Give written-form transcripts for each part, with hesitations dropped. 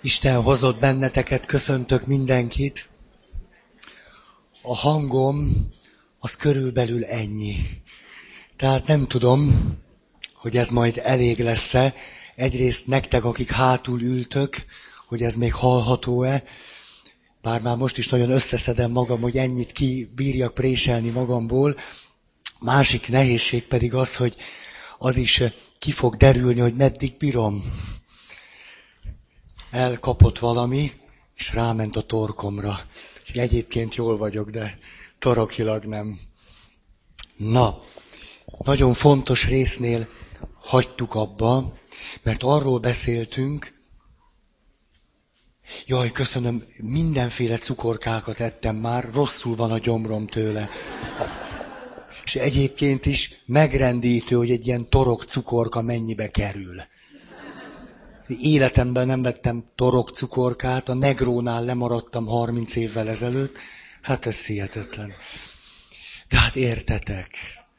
Isten hozott benneteket, köszöntök mindenkit. A hangom az körülbelül ennyi. Tehát nem tudom, hogy ez majd elég lesz-e. Egyrészt nektek, akik hátul ültök, hogy ez még hallható-e. Bár már most is nagyon összeszedem magam, hogy ennyit kibírjak préselni magamból. Másik nehézség pedig az, hogy az is ki fog derülni, hogy meddig bírom. Elkapott valami, és ráment a torkomra. És egyébként jól vagyok, de torokilag nem. Na, nagyon fontos résznél hagytuk abba, mert arról beszéltünk, jaj, köszönöm, mindenféle cukorkákat ettem már, rosszul van a gyomrom tőle. És egyébként is megrendítő, hogy egy ilyen torok cukorka mennyibe kerül. Életemben nem vettem torok cukorkát, a Negrónál lemaradtam 30 évvel ezelőtt. Hát ez hihetetlen. De hát értetek.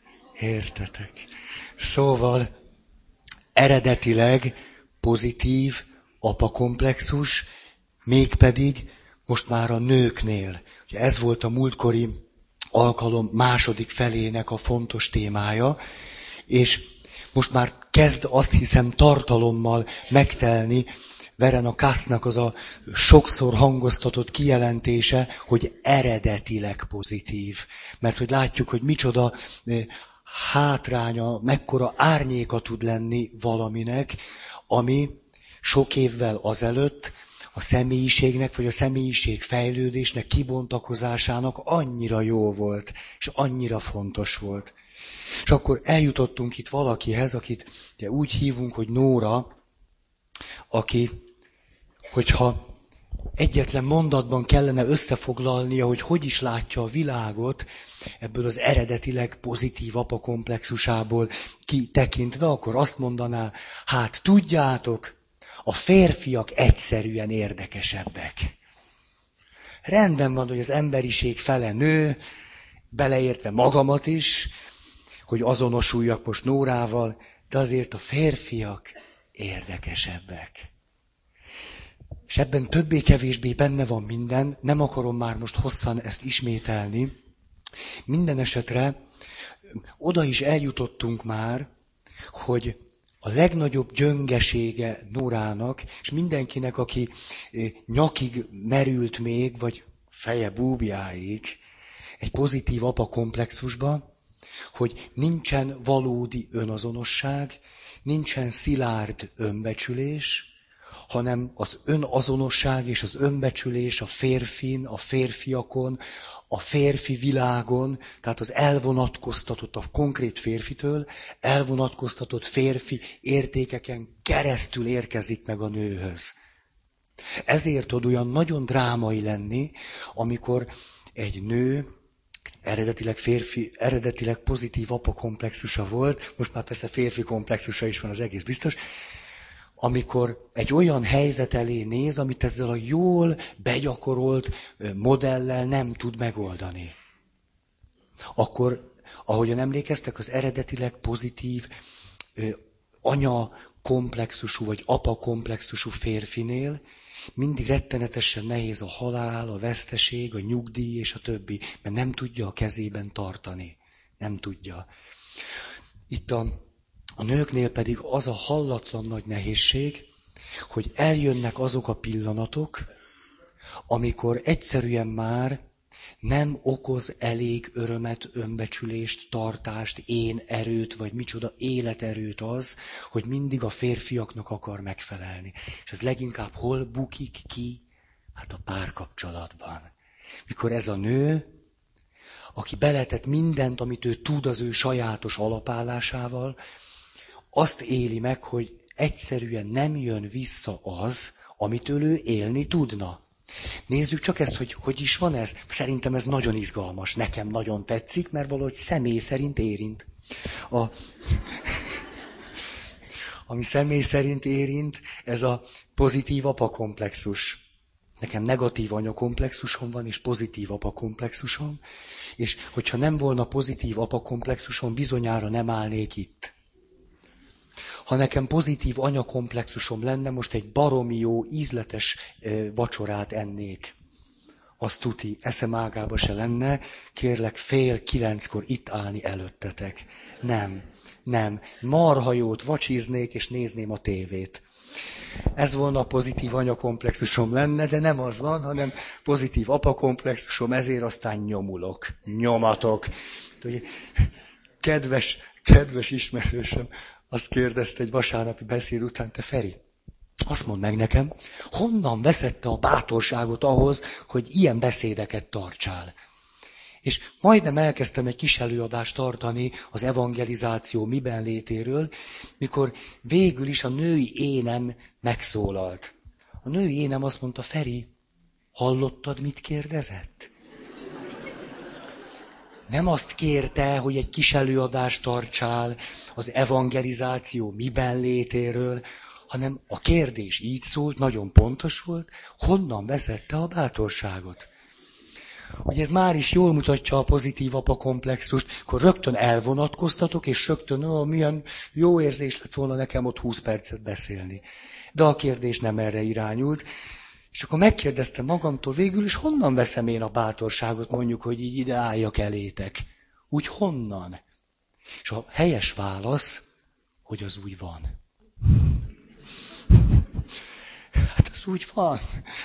Szóval eredetileg pozitív apakomplexus, mégpedig most már a nőknél. Ugye ez volt a múltkori alkalom második felének a fontos témája, és most már kezd, azt hiszem, tartalommal megtelni Verena Kassnak az a sokszor hangoztatott kijelentése, hogy eredetileg pozitív. Mert hogy látjuk, hogy micsoda hátránya, mekkora árnyéka tud lenni valaminek, ami sok évvel azelőtt a személyiségnek, vagy a személyiség fejlődésnek, kibontakozásának annyira jó volt, és annyira fontos volt. És akkor eljutottunk itt valakihez, akit ugye úgy hívunk, hogy Nóra, aki, hogyha egyetlen mondatban kellene összefoglalnia, hogy is látja a világot, ebből az eredetileg pozitív apakomplexusából kitekintve, akkor azt mondaná, hát tudjátok, a férfiak egyszerűen érdekesebbek. Rendben van, hogy az emberiség fele nő, beleértve magamat is, hogy azonosuljak most Nórával, de azért a férfiak érdekesebbek. És ebben többé-kevésbé benne van minden, nem akarom már most hosszan ezt ismételni. Minden esetre oda is eljutottunk már, hogy a legnagyobb gyöngesége Nórának, és mindenkinek, aki nyakig merült még, vagy feje búbjáig, egy pozitív apakomplexusba, hogy nincsen valódi önazonosság, nincsen szilárd önbecsülés, hanem az önazonosság és az önbecsülés a férfin, a férfiakon, a férfi világon, tehát az elvonatkoztatott a konkrét férfitől, elvonatkoztatott férfi értékeken keresztül érkezik meg a nőhöz. Ezért tud olyan nagyon drámai lenni, amikor egy nő, eredetileg pozitív apakomplexusa volt, most már persze férfi komplexusa is van, az egész biztos, amikor egy olyan helyzet elé néz, amit ezzel a jól begyakorolt modellel nem tud megoldani. Akkor, ahogyan emlékeztek, az eredetileg pozitív anya komplexusú vagy apa komplexusú férfinél mindig rettenetesen nehéz a halál, a veszteség, a nyugdíj és a többi, mert nem tudja a kezében tartani. Nem tudja. Itt a nőknél pedig az a hallatlan nagy nehézség, hogy eljönnek azok a pillanatok, amikor egyszerűen már nem okoz elég örömet, önbecsülést, tartást, én erőt, vagy micsoda életerőt az, hogy mindig a férfiaknak akar megfelelni. És ez leginkább hol bukik ki? Hát a párkapcsolatban. Mikor ez a nő, aki beletett mindent, amit ő tud az ő sajátos alapállásával, azt éli meg, hogy egyszerűen nem jön vissza az, amitől ő élni tudna. Nézzük csak ezt, hogy is van ez. Szerintem ez nagyon izgalmas. Nekem nagyon tetszik, mert valahogy személy szerint érint. Ami személy szerint érint, ez a pozitív apakomplexus. Nekem negatív anyakomplexusom van, és pozitív apakomplexusom. És hogyha nem volna pozitív apakomplexusom, bizonyára nem állnék itt. Ha nekem pozitív anyakomplexusom lenne, most egy baromi jó, ízletes vacsorát ennék. Az tuti, eszem ágába se lenne, kérlek 8:30 itt állni előttetek. Nem. Marha jót vacsiznék, és nézném a tévét. Ez volna a pozitív anyakomplexusom lenne, de nem az van, hanem pozitív apakomplexusom, ezért aztán nyomulok. Nyomatok. Kedves ismerősöm azt kérdezte egy vasárnapi beszéd után, te Feri, azt mondd meg nekem, honnan veszed te a bátorságot ahhoz, hogy ilyen beszédeket tartsál? És majdnem elkezdtem egy kis előadást tartani az evangelizáció miben létéről, mikor végül is a női énem megszólalt. A női énem azt mondta, Feri, hallottad, mit kérdezett? Nem azt kérte, hogy egy kis előadást tartsál az evangelizáció miben létéről, hanem a kérdés így szólt, nagyon pontos volt, honnan veszed te a bátorságot? Hogy ez már is jól mutatja a pozitív apakomplexust, akkor rögtön elvonatkoztatok, és rögtön, milyen jó érzés lett volna nekem ott 20 percet beszélni. De a kérdés nem erre irányult. És akkor megkérdeztem magamtól végül is, honnan veszem én a bátorságot, mondjuk, hogy így ide álljak elétek. Úgy honnan? És a helyes válasz, hogy az úgy van. Hát az úgy van.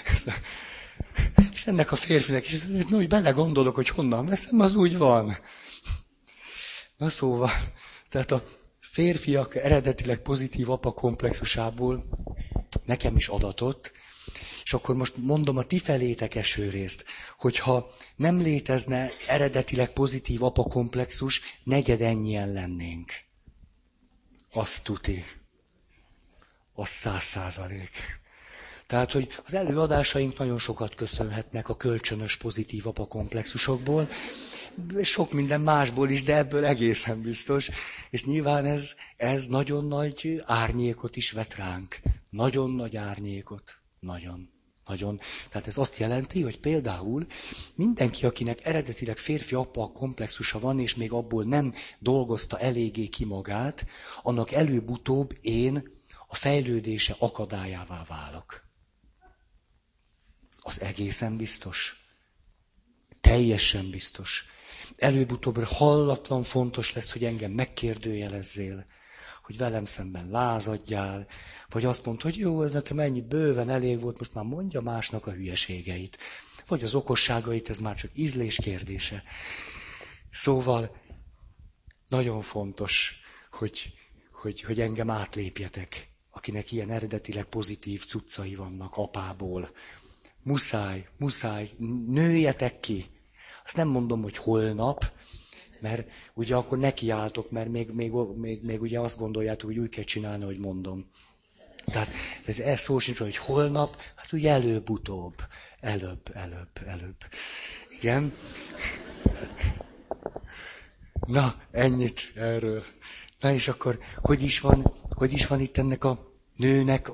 És ennek a férfinek is, hogy belegondolok, hogy honnan veszem, az úgy van. Na szóval, tehát a férfiak eredetileg pozitív apakomplexusából nekem is adatott, és akkor most mondom a ti felétek eső részt, hogyha nem létezne eredetileg pozitív apakomplexus, negyedennyien lennénk. Azt tuti. Az 100%. Tehát, hogy az előadásaink nagyon sokat köszönhetnek a kölcsönös pozitív apakomplexusokból, sok minden másból is, de ebből egészen biztos. És nyilván ez nagyon nagy árnyékot is vet ránk. Nagyon nagy árnyékot. Nagyon. Tehát ez azt jelenti, hogy például mindenki, akinek eredetileg férfi-apa komplexusa van, és még abból nem dolgozta eléggé ki magát, annak előbb-utóbb én a fejlődése akadályává válok. Az egészen biztos. Teljesen biztos. Előbb-utóbb hallatlan fontos lesz, hogy engem megkérdőjelezzél, hogy velem szemben lázadjál, vagy azt mondd, hogy jó, nekem ennyi bőven elég volt, most már mondja másnak a hülyeségeit. Vagy az okosságait, ez már csak ízlés kérdése. Szóval nagyon fontos, hogy engem átlépjetek, akinek ilyen eredetileg pozitív cuccai vannak apából. Muszáj, nőjetek ki. Azt nem mondom, hogy holnap, mert ugye akkor nekiálltok, mert még ugye azt gondoljátok, hogy úgy kell csinálni, hogy mondom. Tehát ez szó sincs, hogy holnap, hát ugye előbb-utóbb. Előbb. Igen. Na, ennyit erről. Na és akkor, hogy is van itt ennek a nőnek,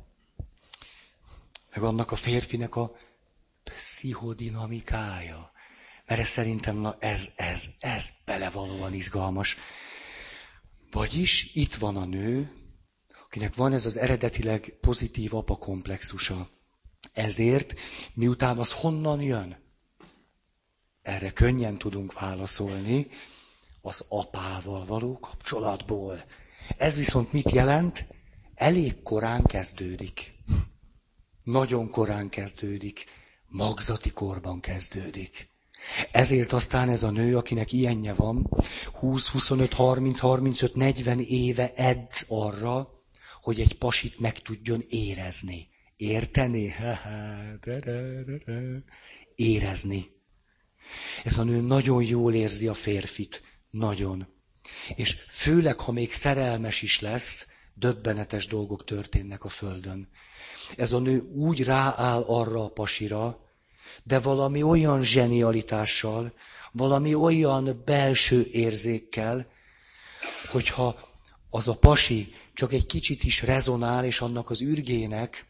meg annak a férfinek a pszichodinamikája. Mert ez szerintem, ez belevalóan izgalmas. Vagyis itt van a nő, akinek van ez az eredetileg pozitív apa komplexusa. Ezért, miután az honnan jön? Erre könnyen tudunk válaszolni, az apával való kapcsolatból. Ez viszont mit jelent? Elég korán kezdődik. Nagyon korán kezdődik. Magzati korban kezdődik. Ezért aztán ez a nő, akinek ilyenje van, 20, 25, 30, 35, 40 éve edz arra, hogy egy pasit meg tudjon érezni. Érteni? Érezni. Ez a nő nagyon jól érzi a férfit. Nagyon. És főleg, ha még szerelmes is lesz, döbbenetes dolgok történnek a földön. Ez a nő úgy rááll arra a pasira, de valami olyan zsenialitással, valami olyan belső érzékkel, hogyha az a pasi csak egy kicsit is rezonál, és annak az ürgének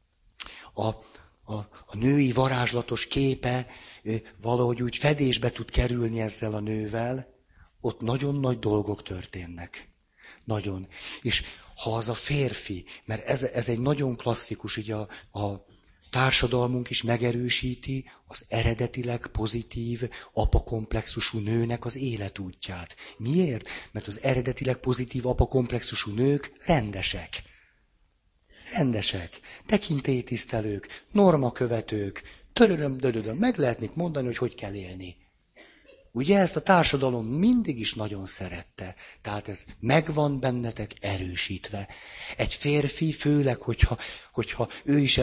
a női varázslatos képe valahogy úgy fedésbe tud kerülni ezzel a nővel, ott nagyon nagy dolgok történnek. Nagyon. És ha az a férfi, mert ez egy nagyon klasszikus, ugye a társadalmunk is megerősíti az eredetileg pozitív, apakomplexusú nőnek az életútját. Miért? Mert az eredetileg pozitív, apakomplexusú nők rendesek. Rendesek, tekintélytisztelők, normakövetők, töröröm, meg lehetnék mondani, hogy kell élni. Ugye ezt a társadalom mindig is nagyon szerette. Tehát ez megvan bennetek erősítve. Egy férfi, főleg, hogyha ő is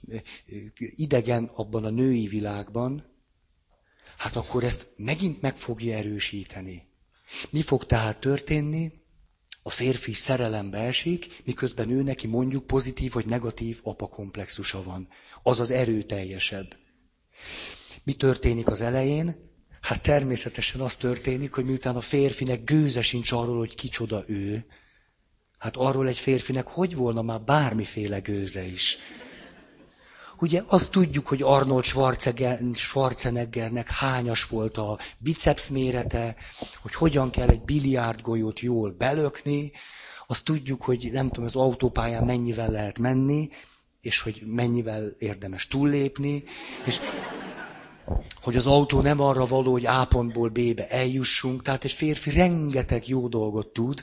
idegen abban a női világban, hát akkor ezt megint meg fogja erősíteni. Mi fog tehát történni? A férfi szerelembe esik, miközben ő neki mondjuk pozitív vagy negatív apakomplexusa van. Az az erőteljesebb. Mi történik az elején? Hát természetesen az történik, hogy miután a férfinek gőze sincs arról, hogy kicsoda ő, hát arról egy férfinek hogy volna már bármiféle gőze is. Ugye azt tudjuk, hogy Arnold Schwarzeneggernek hányas volt a biceps mérete, hogy hogyan kell egy biliárdgolyót jól belökni, azt tudjuk, hogy nem tudom, az autópályán mennyivel lehet menni, és hogy mennyivel érdemes túllépni, és hogy az autó nem arra való, hogy A pontból B-be eljussunk, tehát egy férfi rengeteg jó dolgot tud,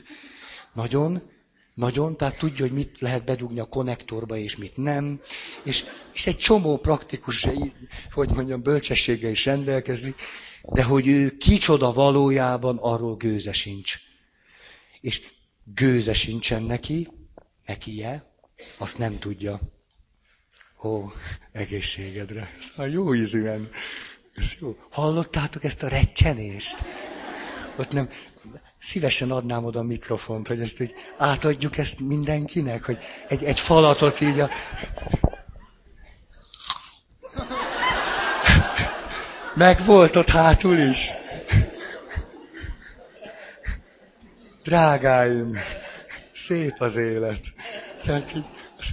nagyon, tehát tudja, hogy mit lehet bedugni a konnektorba, és mit nem, és egy csomó praktikus, hogy mondjam, bölcsességgel is rendelkezik, de hogy ő kicsoda valójában, arról gőze sincs. És gőze sincsen neki-e, azt nem tudja. Ó, egészségedre. Ez a jó ízűen. Ez jó. Hallottátok ezt a recsenést? Ott nem... Szívesen adnám oda a mikrofont, hogy ezt így átadjuk ezt mindenkinek, hogy egy falatot így a... Meg volt ott hátul is. Drágáim, szép az élet. Tehát, hogy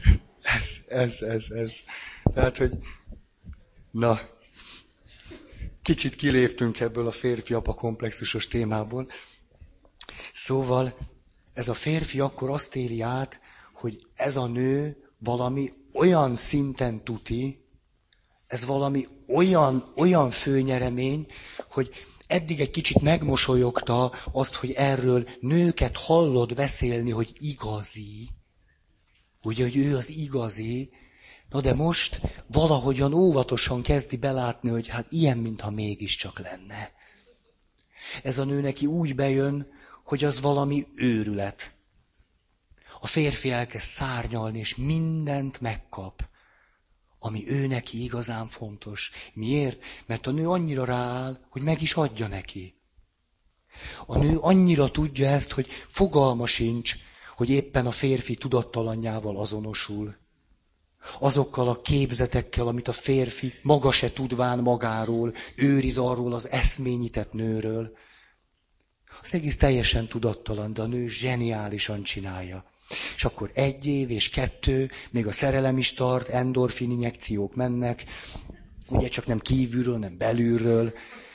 ez. Tehát, hogy na, kicsit kiléptünk ebből a férfi-apa komplexusos témából. Szóval ez a férfi akkor azt éli át, hogy ez a nő valami olyan szinten tuti, ez valami olyan főnyeremény, hogy eddig egy kicsit megmosolyogta azt, hogy erről nőket hallott beszélni, hogy igazi, ugye, hogy ő az igazi, na de most valahogyan óvatosan kezdi belátni, hogy hát ilyen, mintha mégiscsak lenne. Ez a nő neki úgy bejön, hogy az valami őrület. A férfi elkezd szárnyalni, és mindent megkap, ami ő neki igazán fontos. Miért? Mert a nő annyira rááll, hogy meg is adja neki. A nő annyira tudja ezt, hogy fogalma sincs, hogy éppen a férfi tudattalanjával azonosul. Azokkal a képzetekkel, amit a férfi maga se tudván magáról, őriz arról az eszményített nőről. Az egész teljesen tudattalan, de a nő zseniálisan csinálja. És akkor 1 év és 2, még a szerelem is tart, endorfin injekciók mennek, ugye csak nem kívülről, nem belülről.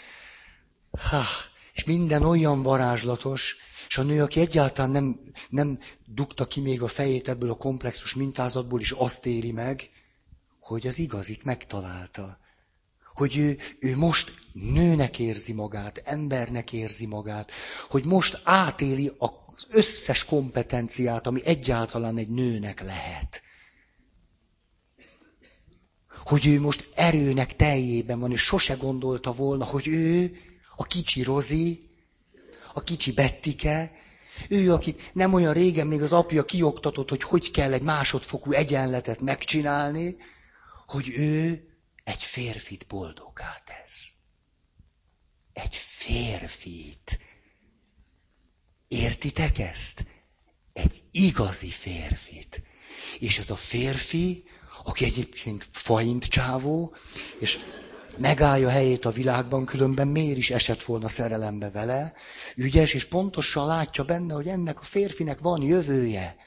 És minden olyan varázslatos, és a nő, aki egyáltalán nem dugta ki még a fejét ebből a komplexus mintázatból, is azt éli meg, hogy az igazit megtalálta. Hogy ő most nőnek érzi magát, embernek érzi magát, hogy most átéli az összes kompetenciát, ami egyáltalán egy nőnek lehet. Hogy ő most erőnek teljében van, és sose gondolta volna, hogy ő, a kicsi Rozi, a kicsi Bettike, ő, akit nem olyan régen még az apja kioktatott, hogy kell egy másodfokú egyenletet megcsinálni, hogy ő egy férfit boldoggá tesz. Egy férfit. Értitek ezt? Egy igazi férfit. És ez a férfi, aki egyébként faint csávó, és megállja helyét a világban, különben miért is esett volna szerelembe vele, ügyes, és pontosan látja benne, hogy ennek a férfinek van jövője.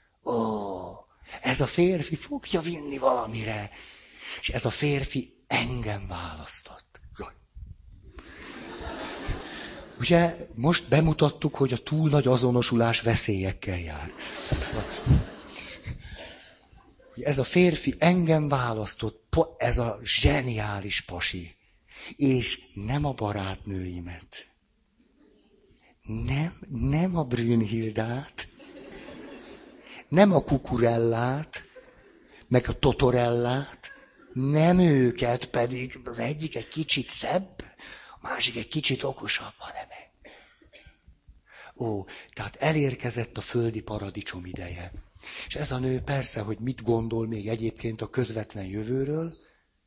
Ez a férfi fogja vinni valamire. És ez a férfi engem választott. Ugye most bemutattuk, hogy a túl nagy azonosulás veszélyekkel jár. Ez a férfi engem választott, ez a zseniális pasi. És nem a barátnőimet. Nem a Brünnhildát. Nem a Kukurellát, meg a Totorellát. Nem őket, pedig az egyik egy kicsit szebb, a másik egy kicsit okosabb, hanem tehát elérkezett a földi paradicsom ideje. És ez a nő persze, hogy mit gondol még egyébként a közvetlen jövőről.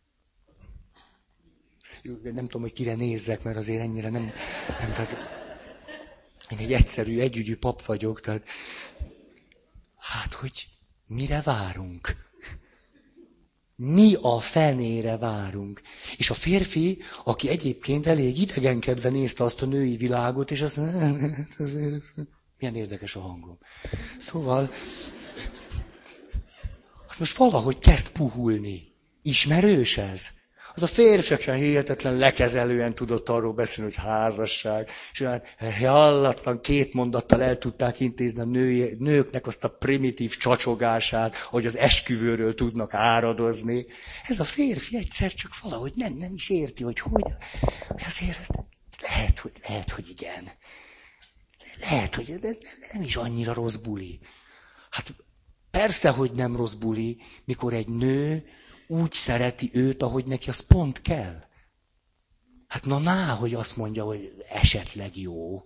Nem tudom, hogy kire nézzek, mert azért ennyire nem tehát én egy egyszerű, együgyű pap vagyok, tehát hát, hogy mire várunk? Mi a fenére várunk? És a férfi, aki egyébként elég idegenkedve nézte azt a női világot, és azt mondja, milyen érdekes a hangom. Szóval, azt most valahogy kezd puhulni. Ismerős ez? Az a férfiak sem hihetetlen lekezelően tudott arról beszélni, hogy házasság. És olyan hallatlan 2 mondattal el tudták intézni a nőknek azt a primitív csacsogását, hogy az esküvőről tudnak áradozni. Ez a férfi egyszer csak valahogy nem is érti, hogy azért lehet, hogy igen. Lehet, hogy nem is annyira rossz buli. Hát persze, hogy nem rossz buli, mikor egy nő úgy szereti őt, ahogy neki az pont kell. Hát hogy azt mondja, hogy esetleg jó.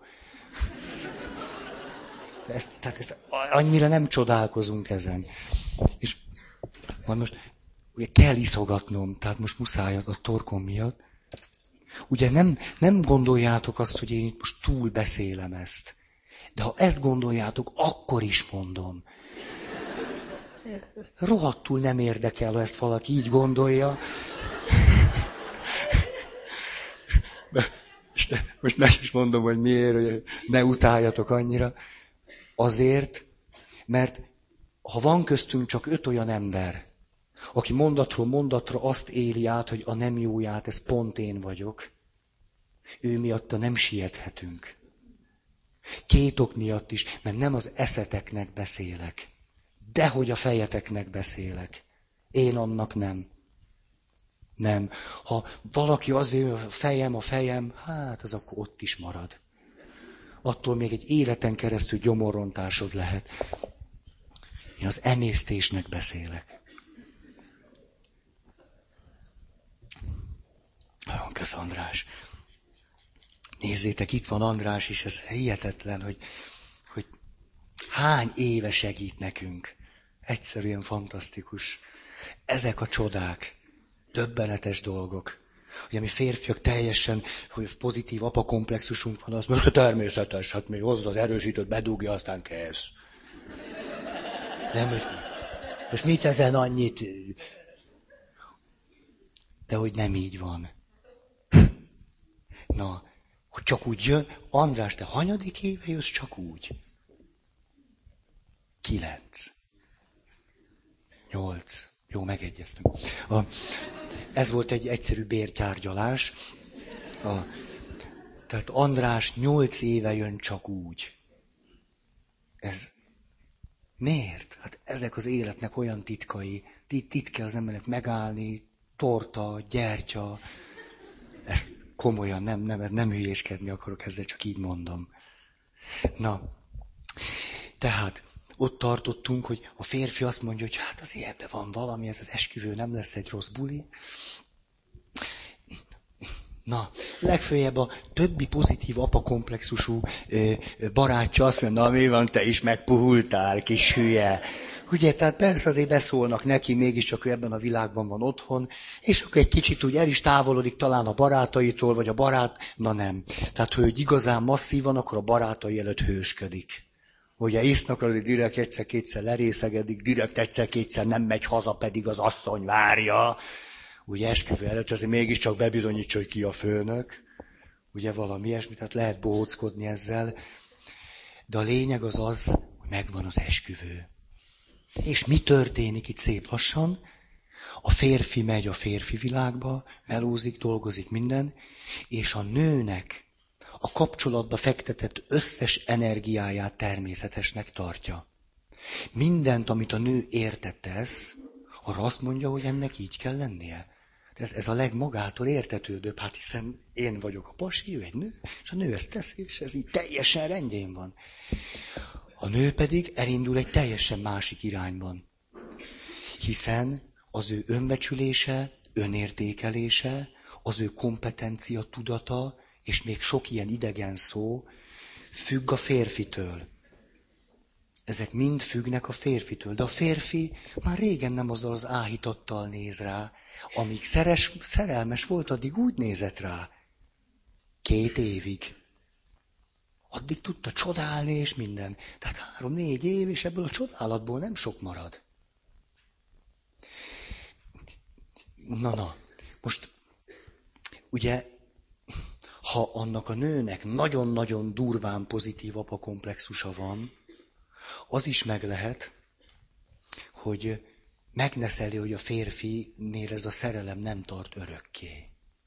Tehát annyira nem csodálkozunk ezen. És majd most ugye kell iszogatnom, tehát most muszáj a torkom miatt. Ugye nem gondoljátok azt, hogy én most túl beszélem ezt. De ha ezt gondoljátok, akkor is mondom. Rohadtul nem érdekel, ha ezt valaki így gondolja. Most meg is mondom, hogy miért, hogy ne utáljatok annyira. Azért, mert ha van köztünk csak 5 olyan ember, aki mondatról mondatra azt éli át, hogy a nem jóját, ez pont én vagyok, ő miatta nem siethetünk. 2 ok miatt is, mert nem az eszeteknek beszélek. Dehogy a fejeteknek beszélek. Én annak nem. Nem. Ha valaki azért, a fejem, hát az akkor ott is marad. Attól még egy életen keresztül gyomorrontásod lehet. Én az emésztésnek beszélek. Nagyon kösz, András. Nézzétek, itt van András is, ez hihetetlen, hogy hány éve segít nekünk. Egyszerűen fantasztikus. Ezek a csodák, döbbenetes dolgok. Ugye mi férfiak teljesen, hogy pozitív apakomplexusunk van, az mert természetes, hát mi hozza az erősítőt, bedugja, aztán kész. Nem, most mit ezen annyit? De hogy nem így van. Na, hogy csak úgy jön. András, te hanyadik éve jössz csak úgy? 9. 8. Jó, megegyeztünk. Ez volt egy egyszerű bértárgyalás. Tehát András 8 éve jön csak úgy. Ez miért? Hát ezek az életnek olyan titkai. Itt kell az embernek megállni, torta, gyertya. Ez komolyan, nem hülyéskedni akarok, ezzel csak így mondom. Na, tehát ott tartottunk, hogy a férfi azt mondja, hogy hát azért ebben van valami, ez az esküvő nem lesz egy rossz buli. Na, legfőjebb a többi pozitív apakomplexusú barátja azt mondja, na mi van, te is megpuhultál, kis hülye. Ugye, tehát persze azért beszólnak neki, mégiscsak ő ebben a világban van otthon, és akkor egy kicsit úgy el is távolodik talán a barátaitól, vagy a barát, na nem. Tehát, ha ő igazán masszívan, akkor a barátai előtt hősködik. Ugye isznak, azért direkt egyszer-kétszer lerészegedik, direkt egyszer-kétszer nem megy haza, pedig az asszony várja. Ugye esküvő előtt azért mégiscsak bebizonyítsa, hogy ki a főnök. Ugye valami ilyesmi, tehát lehet bohóckodni ezzel. De a lényeg az, hogy megvan az esküvő. És mi történik itt szép lassan? A férfi megy a férfi világba, melózik, dolgozik minden, és a nőnek, a kapcsolatba fektetett összes energiáját természetesnek tartja. Mindent, amit a nő érte tesz, arra azt mondja, hogy ennek így kell lennie. Ez a legmagától értetődőbb, hát hiszen én vagyok a pasi, ő egy nő, és a nő ezt teszi, és ez így teljesen rendjén van. A nő pedig elindul egy teljesen másik irányban. Hiszen az ő önbecsülése, önértékelése, az ő kompetencia tudata, és még sok ilyen idegen szó, függ a férfitől. Ezek mind függnek a férfitől, de a férfi már régen nem azzal az áhítattal néz rá. Amíg szerelmes volt, addig úgy nézett rá. 2 évig. Addig tudta csodálni és minden. Tehát 3-4 év, és ebből a csodálatból nem sok marad. Na. Most, ugye, ha annak a nőnek nagyon-nagyon durván pozitív apakomplexusa van, az is meg lehet, hogy megneszeli, hogy a férfinél ez a szerelem nem tart örökké.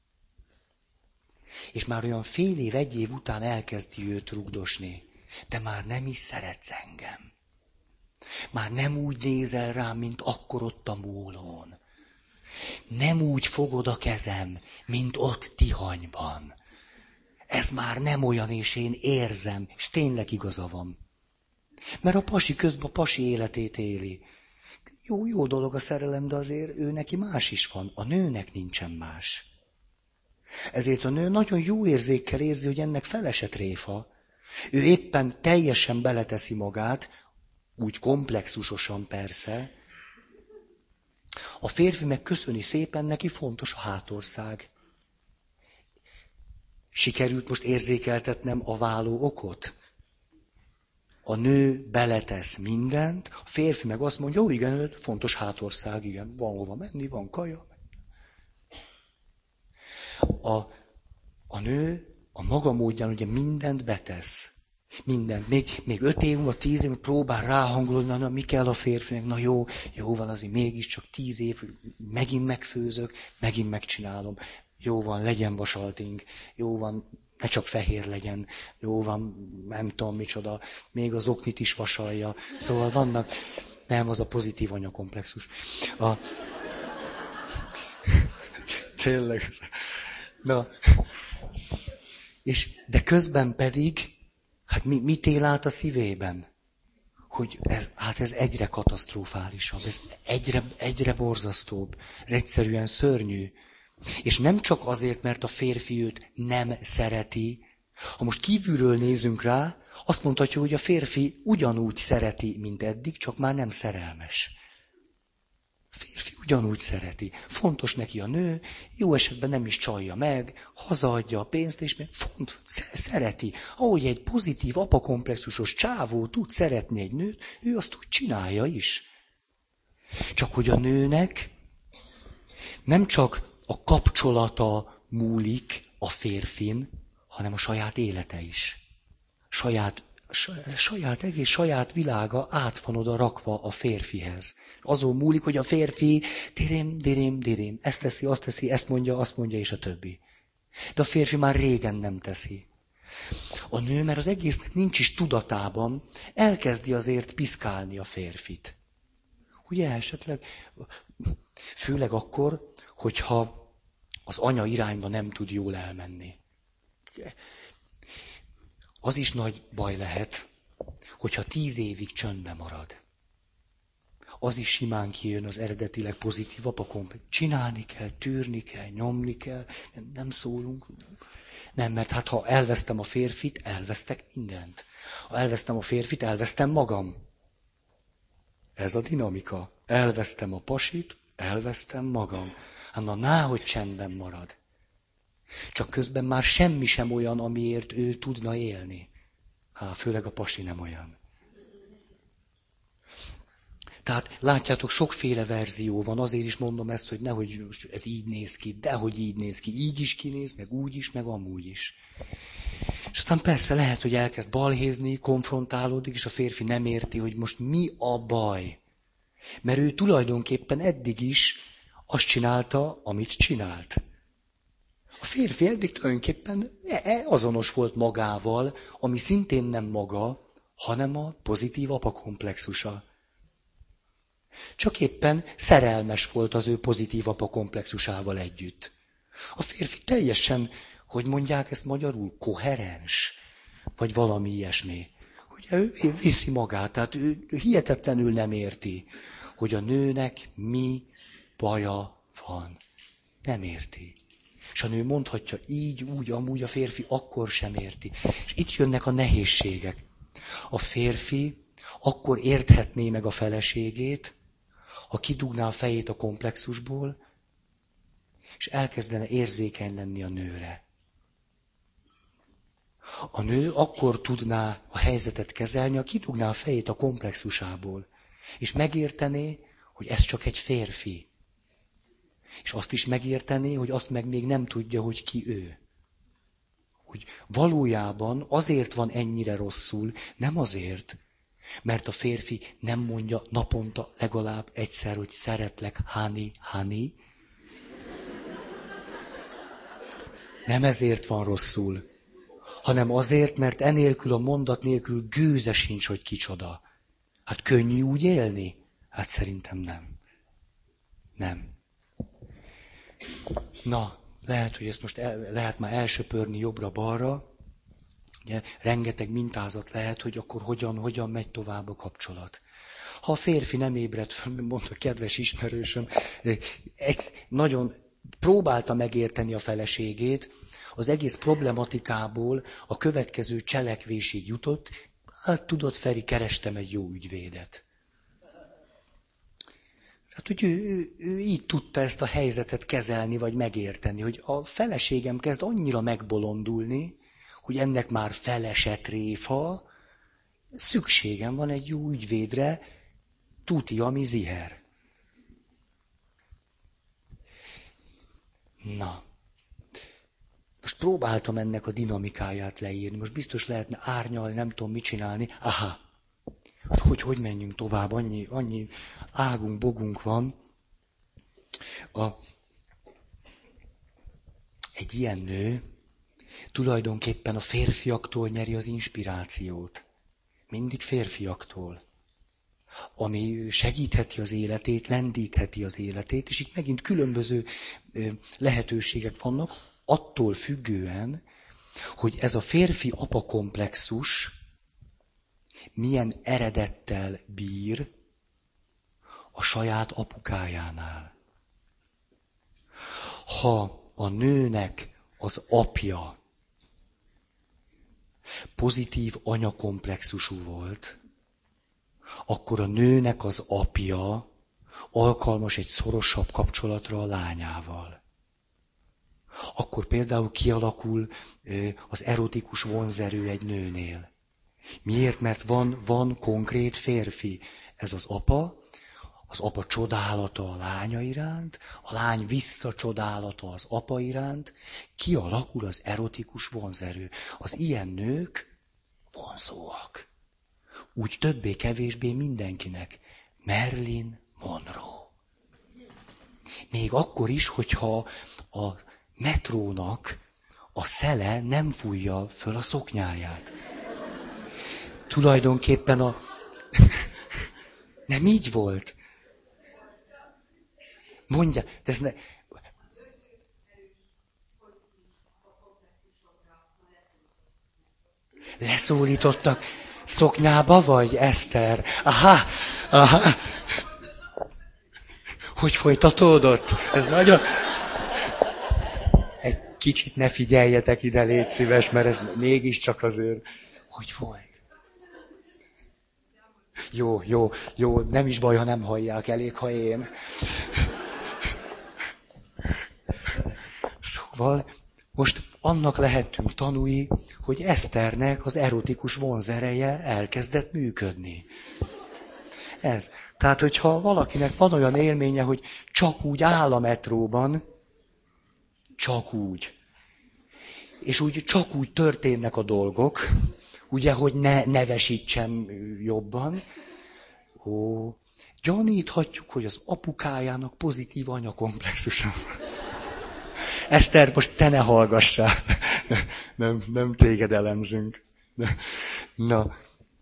És már olyan fél év, 1 év után elkezdi őt rugdosni. De már nem is szeretsz engem. Már nem úgy nézel rám, mint akkor ott a mólón. Nem úgy fogod a kezem, mint ott Tihanyban. Ez már nem olyan, és én érzem, és tényleg igaza van. Mert a pasi közben a pasi életét éli. Jó dolog a szerelem, de azért ő neki más is van. A nőnek nincsen más. Ezért a nő nagyon jó érzékkel érzi, hogy ennek felesett réfa. Ő éppen teljesen beleteszi magát, úgy komplexusosan persze. A férfi meg köszöni szépen, neki fontos a hátország. Sikerült most érzékeltetnem a váló okot? A nő beletesz mindent, a férfi meg azt mondja, igen, fontos hátország, igen, van hova menni, van kaja. A nő a maga módján ugye mindent betesz. Mindent. Még 5 év múlva, 10 év próbál ráhangolni, na mi kell a férfinek, na jó van, azért mégiscsak 10 év, megint megfőzök, megint megcsinálom. Jó van, legyen vasalting, jó van, ne csak fehér legyen, jó van, nem tudom micsoda, még az oknit is vasalja. Szóval vannak, nem, az a pozitív anyakomplexus. Tényleg. Na, de közben pedig, hát mit él át a szívében? Hogy ez egyre katasztrofálisabb, ez egyre borzasztóbb, ez egyszerűen szörnyű. És nem csak azért, mert a férfi őt nem szereti. Ha most kívülről nézünk rá, azt mondhatjuk, hogy a férfi ugyanúgy szereti, mint eddig, csak már nem szerelmes. A férfi ugyanúgy szereti. Fontos neki a nő, jó esetben nem is csalja meg, hazaadja a pénzt, és szereti. Ahogy egy pozitív apakomplexusos csávó tud szeretni egy nőt, ő azt úgy csinálja is. Csak hogy a nőnek nem csak a kapcsolata múlik a férfin, hanem a saját élete is. Saját világa át van oda rakva a férfihez. Azon múlik, hogy a férfi dirém, ezt teszi, azt teszi, ezt mondja, azt mondja, és a többi. De a férfi már régen nem teszi. A nő, mert az egésznek nincs is tudatában, elkezdi azért piszkálni a férfit. Ugye esetleg, főleg akkor, hogyha az anya irányba nem tud jól elmenni. Az is nagy baj lehet, hogyha 10 évig csöndbe marad. Az is simán kijön az eredetileg pozitív apakon. Csinálni kell, tűrni kell, nyomni kell, nem szólunk. Nem, mert hát ha elvesztem a férfit, elvesztek mindent. Ha elvesztem a férfit, elvesztem magam. Ez a dinamika. Elvesztem a pasit, elvesztem magam. Hát náhogy csendben marad. Csak közben már semmi sem olyan, amiért ő tudna élni. Főleg a pasi nem olyan. Tehát látjátok, sokféle verzió van, azért is mondom ezt, hogy nehogy ez így néz ki, dehogy így néz ki, így is kinéz, meg úgy is, meg amúgy is. És aztán persze lehet, hogy elkezd balhézni, konfrontálódik, és a férfi nem érti, hogy most mi a baj. Mert ő tulajdonképpen eddig is azt csinálta, amit csinált. férfi eddig tulajdonképpen azonos volt magával, ami szintén nem maga, hanem a pozitív apa komplexusa. Csak éppen szerelmes volt az ő pozitív apa komplexusával együtt. A férfi teljesen, hogy mondják ezt magyarul, koherens, vagy valami ilyesmi. Ugye ő viszi magát, tehát ő hihetetlenül nem érti, hogy a nőnek mi baja van. Nem érti. És a nő mondhatja így, úgy, amúgy, a férfi akkor sem érti. És itt jönnek a nehézségek. A férfi akkor érthetné meg a feleségét, ha kidugná a fejét a komplexusból, és elkezdene érzékeny lenni a nőre. A nő akkor tudná a helyzetet kezelni, ha kidugná a fejét a komplexusából, és megértené, hogy ez csak egy férfi. És azt is megértené, hogy azt meg még nem tudja, hogy ki ő. Hogy valójában azért van ennyire rosszul, nem azért, mert a férfi nem mondja naponta legalább egyszer, hogy szeretlek, honey, honey. Nem ezért van rosszul, hanem azért, mert enélkül a mondat nélkül gőze sincs, hogy kicsoda. Hát könnyű úgy élni? Hát szerintem nem. Nem. Na, lehet, hogy ezt most lehet már elsöpörni jobbra-balra. Ugye, rengeteg mintázat lehet, hogy akkor hogyan megy tovább a kapcsolat. Ha a férfi nem ébredt fel, mondta kedves ismerősöm, nagyon próbálta megérteni a feleségét, az egész problematikából a következő cselekvésig jutott, hát tudod, Feri, kerestem egy jó ügyvédet. Tehát, hogy ő így tudta ezt a helyzetet kezelni, vagy megérteni, hogy a feleségem kezd annyira megbolondulni, hogy ennek már felesett tréfa, szükségem van egy jó ügyvédre, tuti, ami ziher. Na, most próbáltam ennek a dinamikáját leírni, most biztos lehetne árnyalni, nem tudom mit csinálni. Aha, hogy menjünk tovább, annyi águnk, bogunk van. Egy ilyen nő tulajdonképpen a férfiaktól nyeri az inspirációt. Mindig férfiaktól. Ami segítheti az életét, lendítheti az életét, és itt megint különböző lehetőségek vannak, attól függően, hogy ez a férfi apa komplexus milyen eredettel bír a saját apukájánál. Ha a nőnek az apja pozitív anyakomplexusú volt, akkor a nőnek az apja alkalmas egy szorosabb kapcsolatra a lányával. Akkor például kialakul az erotikus vonzerő egy nőnél. Miért? Mert van konkrét férfi. Ez az apa csodálata a lánya iránt, a lány visszacsodálata az apa iránt, kialakul az erotikus vonzerő. Az ilyen nők vonzóak. Úgy többé-kevésbé mindenkinek. Marilyn Monroe. Még akkor is, hogyha a metrónak a szele nem fújja föl a szoknyáját. Tulajdonképpen nem így volt. Mondja, de ez ne... Leszólítottak. Szoknyába vagy, Eszter? Aha. Hogy folytatódott? Ez nagyon... Egy kicsit ne figyeljetek ide, légy szíves, mert ez mégiscsak az ő... Hogy volt? Jó, nem is baj, ha nem hallják, elég, ha én. Szóval most annak lehettünk tanúi, hogy Eszternek az erotikus vonzereje elkezdett működni. Ez. Tehát, hogyha valakinek van olyan élménye, hogy csak úgy áll a metróban, csak úgy, és úgy csak úgy történnek a dolgok, ugye, hogy ne nevesítsem jobban, gyaníthatjuk, hogy az apukájának pozitív anyakomplexusa van. Eszter, most te ne hallgassál. Nem téged elemzünk. Na,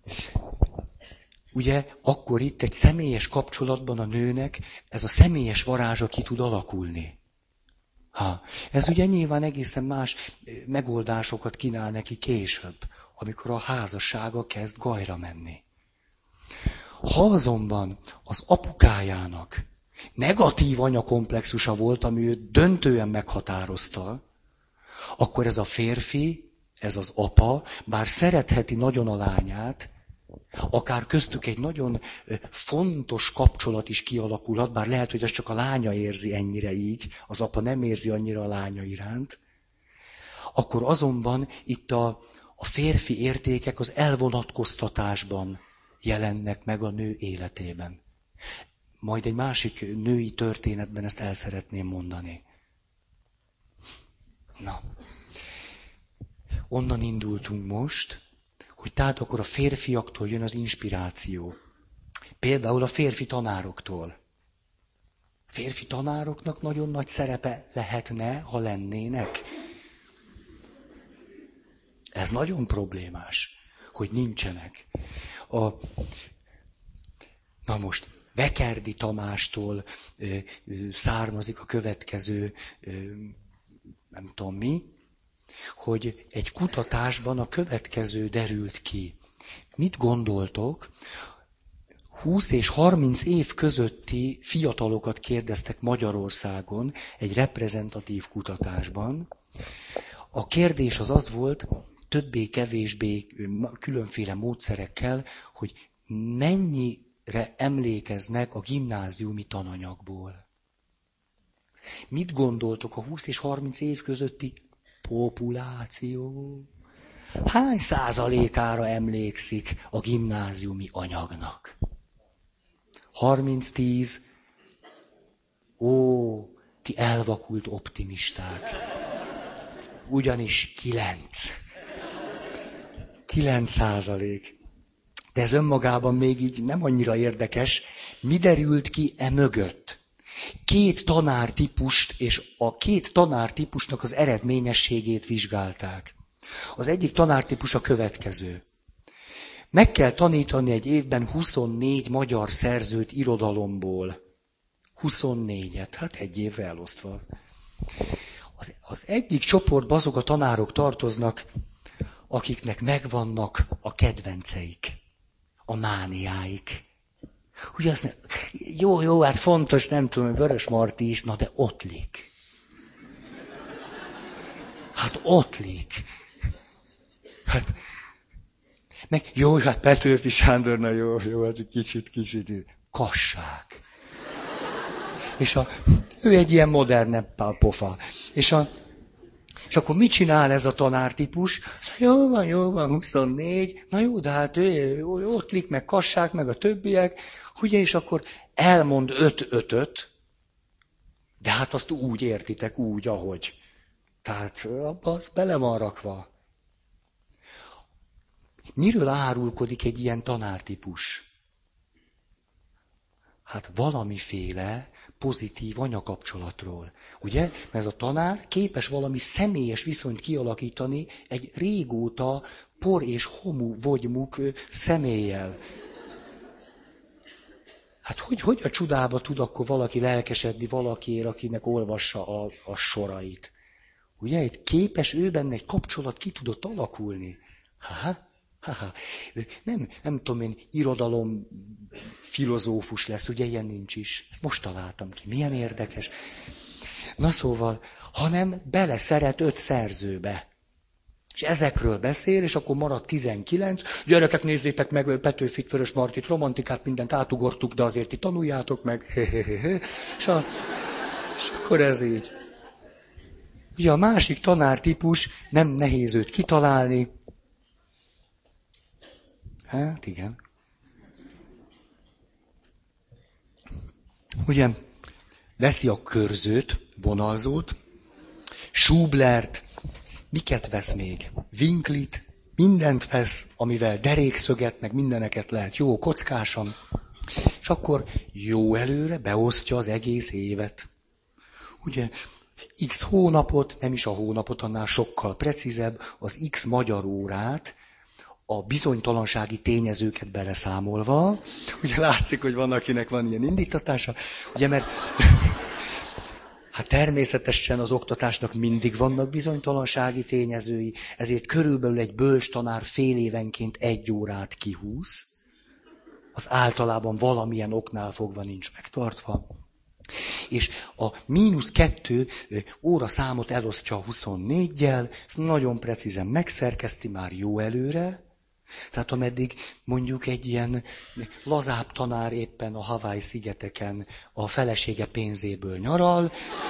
ugye, akkor itt egy személyes kapcsolatban a nőnek ez a személyes varázsa ki tud alakulni. Ez ugye nyilván egészen más megoldásokat kínál neki később, amikor a házassága kezd gajra menni. Ha azonban az apukájának negatív anyakomplexusa volt, ami őt döntően meghatározta, akkor ez a férfi, ez az apa, bár szeretheti nagyon a lányát, akár köztük egy nagyon fontos kapcsolat is kialakulhat, bár lehet, hogy ez csak a lánya érzi ennyire így, az apa nem érzi annyira a lánya iránt, akkor azonban itt a férfi értékek az elvonatkoztatásban jelennek meg a nő életében. Majd egy másik női történetben ezt el szeretném mondani. Na, onnan indultunk most, hogy tehát akkor a férfiaktól jön az inspiráció. Például a férfi tanároktól. Férfi tanároknak nagyon nagy szerepe lehetne, ha lennének. Ez nagyon problémás, hogy nincsenek. Na most, Vekerdi Tamástól származik a következő, nem tudom mi, hogy egy kutatásban a következő derült ki. Mit gondoltok? 20 és 30 év közötti fiatalokat kérdeztek Magyarországon egy reprezentatív kutatásban. A kérdés az volt, többé-kevésbé különféle módszerekkel, hogy mennyire emlékeznek a gimnáziumi tananyagból. Mit gondoltok a 20 és 30 év közötti populáció? Hány százalékára emlékszik a gimnáziumi anyagnak? 30-10? Ó, ti elvakult optimisták. Ugyanis 9%. De ez önmagában még így nem annyira érdekes. Mi derült ki mögött? 2 tanártípust és a 2 tanártípusnak az eredményességét vizsgálták. Az egyik tanártípus a következő. Meg kell tanítani egy évben 24 magyar szerzőt irodalomból. 24-et, hát egy évre elosztva. Az egyik csoportban azok a tanárok tartoznak, akiknek megvannak a kedvenceik, a mániáik. Ugye azt jó, hát fontos, nem tudom, hogy Vörösmarty is, na de ottlik. Hát ottlik. Hát, meg jó, hát Petőfi Sándor, na jó, hát kicsit. Kassák. És ő egy ilyen modernebb pofa. És akkor mit csinál ez a tanártípus? Szóval, jó van, 24, na jó, de hát ő ottlik, meg kassák, meg a többiek, ugye, és akkor elmond 5-5-öt, de hát azt úgy értitek, úgy, ahogy. Tehát abba az bele van rakva. Miről árulkodik egy ilyen tanártípus? Hát valamiféle pozitív anyakapcsolatról. Ugye? Mert ez a tanár képes valami személyes viszonyt kialakítani egy régóta por és homu vagymuk személlyel. Hát hogy a csodába tud akkor valaki lelkesedni valakiért, akinek olvassa a sorait? Ugye? Itt képes ő benne egy kapcsolat ki tudott alakulni. Nem tudom én, irodalom filozófus lesz, ugye ilyen nincs is. Ezt most találtam ki, milyen érdekes. Na szóval, hanem beleszeret 5 szerzőbe. És ezekről beszél, és akkor marad 19. Gyerekek, nézzétek meg Petőfit, Vörösmartyit, romantikát, mindent átugortuk, de azért ti tanuljátok meg. És akkor ez így. Ugye a másik tanártípus, nem nehéz őt kitalálni. Hát igen. Ugye veszi a körzőt, vonalzót, Schublert, miket vesz még? Winklit, mindent vesz, amivel derékszöget, meg mindeneket lehet jó kockásan, és akkor jó előre beosztja az egész évet. Ugye X hónapot, nem is a hónapot, annál sokkal precízebb, az X magyar órát, a bizonytalansági tényezőket beleszámolva, ugye látszik, hogy van, akinek van ilyen indítatása, ugye, mert hát természetesen az oktatásnak mindig vannak bizonytalansági tényezői, ezért körülbelül egy bölcs tanár fél évenként 1 órát kihúz, az általában valamilyen oknál fogva nincs megtartva, és a -2 óra számot elosztja a 24-jel, ezt nagyon precízen megszerkeszti már jó előre, tehát ameddig mondjuk egy ilyen lazább tanár éppen a Hawaii-szigeteken a felesége pénzéből nyaral,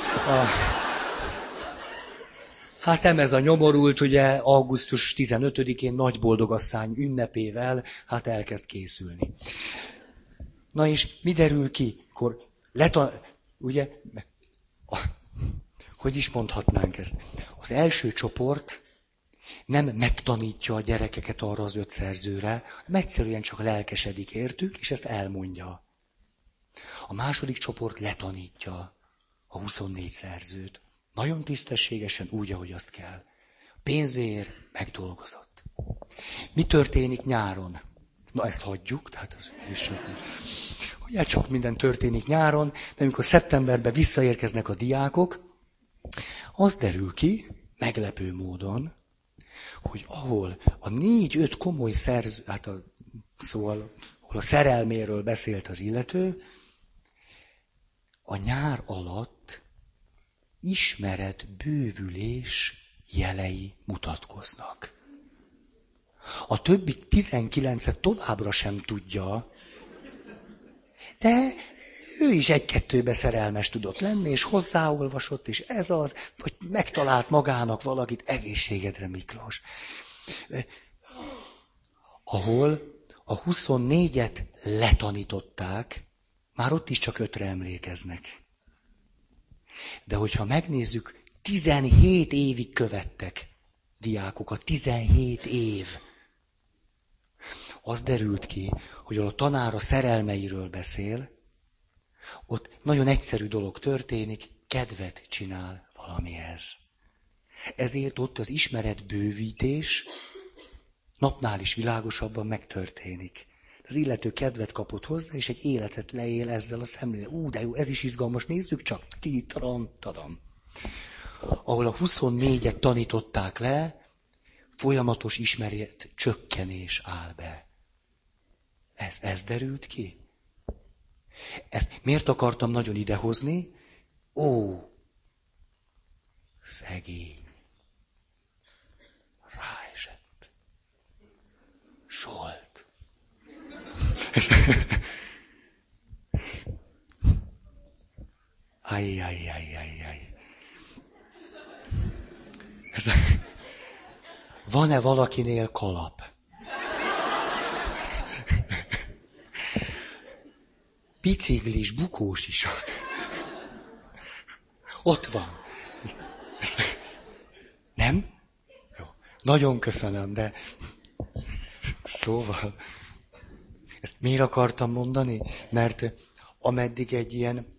hát nem ez a nyomorult, ugye augusztus 15-én Nagyboldogasszony ünnepével, hát elkezd készülni. Na és mi derül ki? Akkor ugye, hogy is mondhatnánk ezt? Az első csoport nem megtanítja a gyerekeket arra az 5 szerzőre, hanem egyszerűen csak lelkesedik értük, és ezt elmondja. A második csoport letanítja a 24 szerzőt. Nagyon tisztességesen, úgy, ahogy azt kell. Pénzért megdolgozott. Mi történik nyáron? Na, ezt hagyjuk, tehát az is csak... Ugye csak minden történik nyáron, de amikor szeptemberben visszaérkeznek a diákok, az derül ki, meglepő módon, hogy ahol a 4-5 komoly szóval, ahol a szerelméről beszélt az illető, a nyár alatt ismeretbővülés jelei mutatkoznak. A többi 19-et továbbra sem tudja, de ő is 1-2-be szerelmes tudott lenni, és hozzáolvasott, és ez az, hogy megtalált magának valakit, egészségedre, Miklós. Ahol a 24-et letanították, már ott is csak 5-re emlékeznek. De hogyha megnézzük, 17 évig követtek diákokat, 17 év. Az derült ki, hogy a tanár a szerelmeiről beszél, ott nagyon egyszerű dolog történik, kedvet csinál valamihez. Ezért ott az ismeretbővítés napnál is világosabban megtörténik. Az illető kedvet kapott hozzá, és egy életet leél ezzel a szemlélettel. De jó, ez is izgalmas, nézzük csak. Tadam. Ahol a 24-et tanították le, folyamatos ismeret csökkenés áll be. Ez derült ki? Ezt miért akartam nagyon idehozni? Ó, szegény. Ráesett. Zsolt. Ajjajjajjajjaj. Van-e valakinél kalap? Biciklis, bukós is. Ott van. Nem? Jó. Nagyon köszönöm, de... Szóval... Ezt miért akartam mondani? Mert ameddig egy ilyen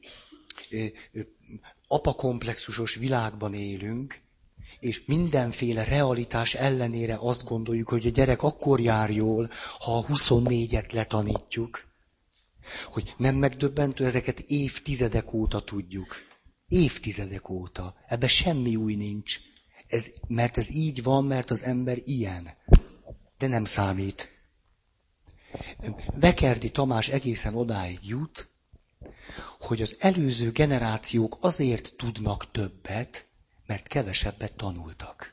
apakomplexusos világban élünk, és mindenféle realitás ellenére azt gondoljuk, hogy a gyerek akkor jár jól, ha a 24-et letanítjuk, hogy nem megdöbbentő, ezeket évtizedek óta tudjuk. Évtizedek óta. Ebben semmi új nincs. Mert ez így van, mert az ember ilyen. De nem számít. Vekerdi Tamás egészen odáig jut, hogy az előző generációk azért tudnak többet, mert kevesebbet tanultak.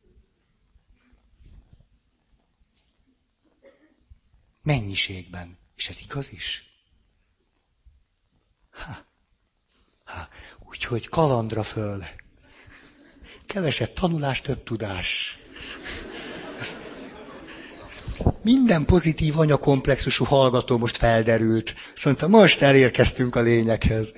Mennyiségben. És ez igaz is? Úgyhogy kalandra föl. Kevesebb tanulás, több tudás. Minden pozitív anyakomplexusú hallgató most felderült. Azt mondta, most elérkeztünk a lényeghez.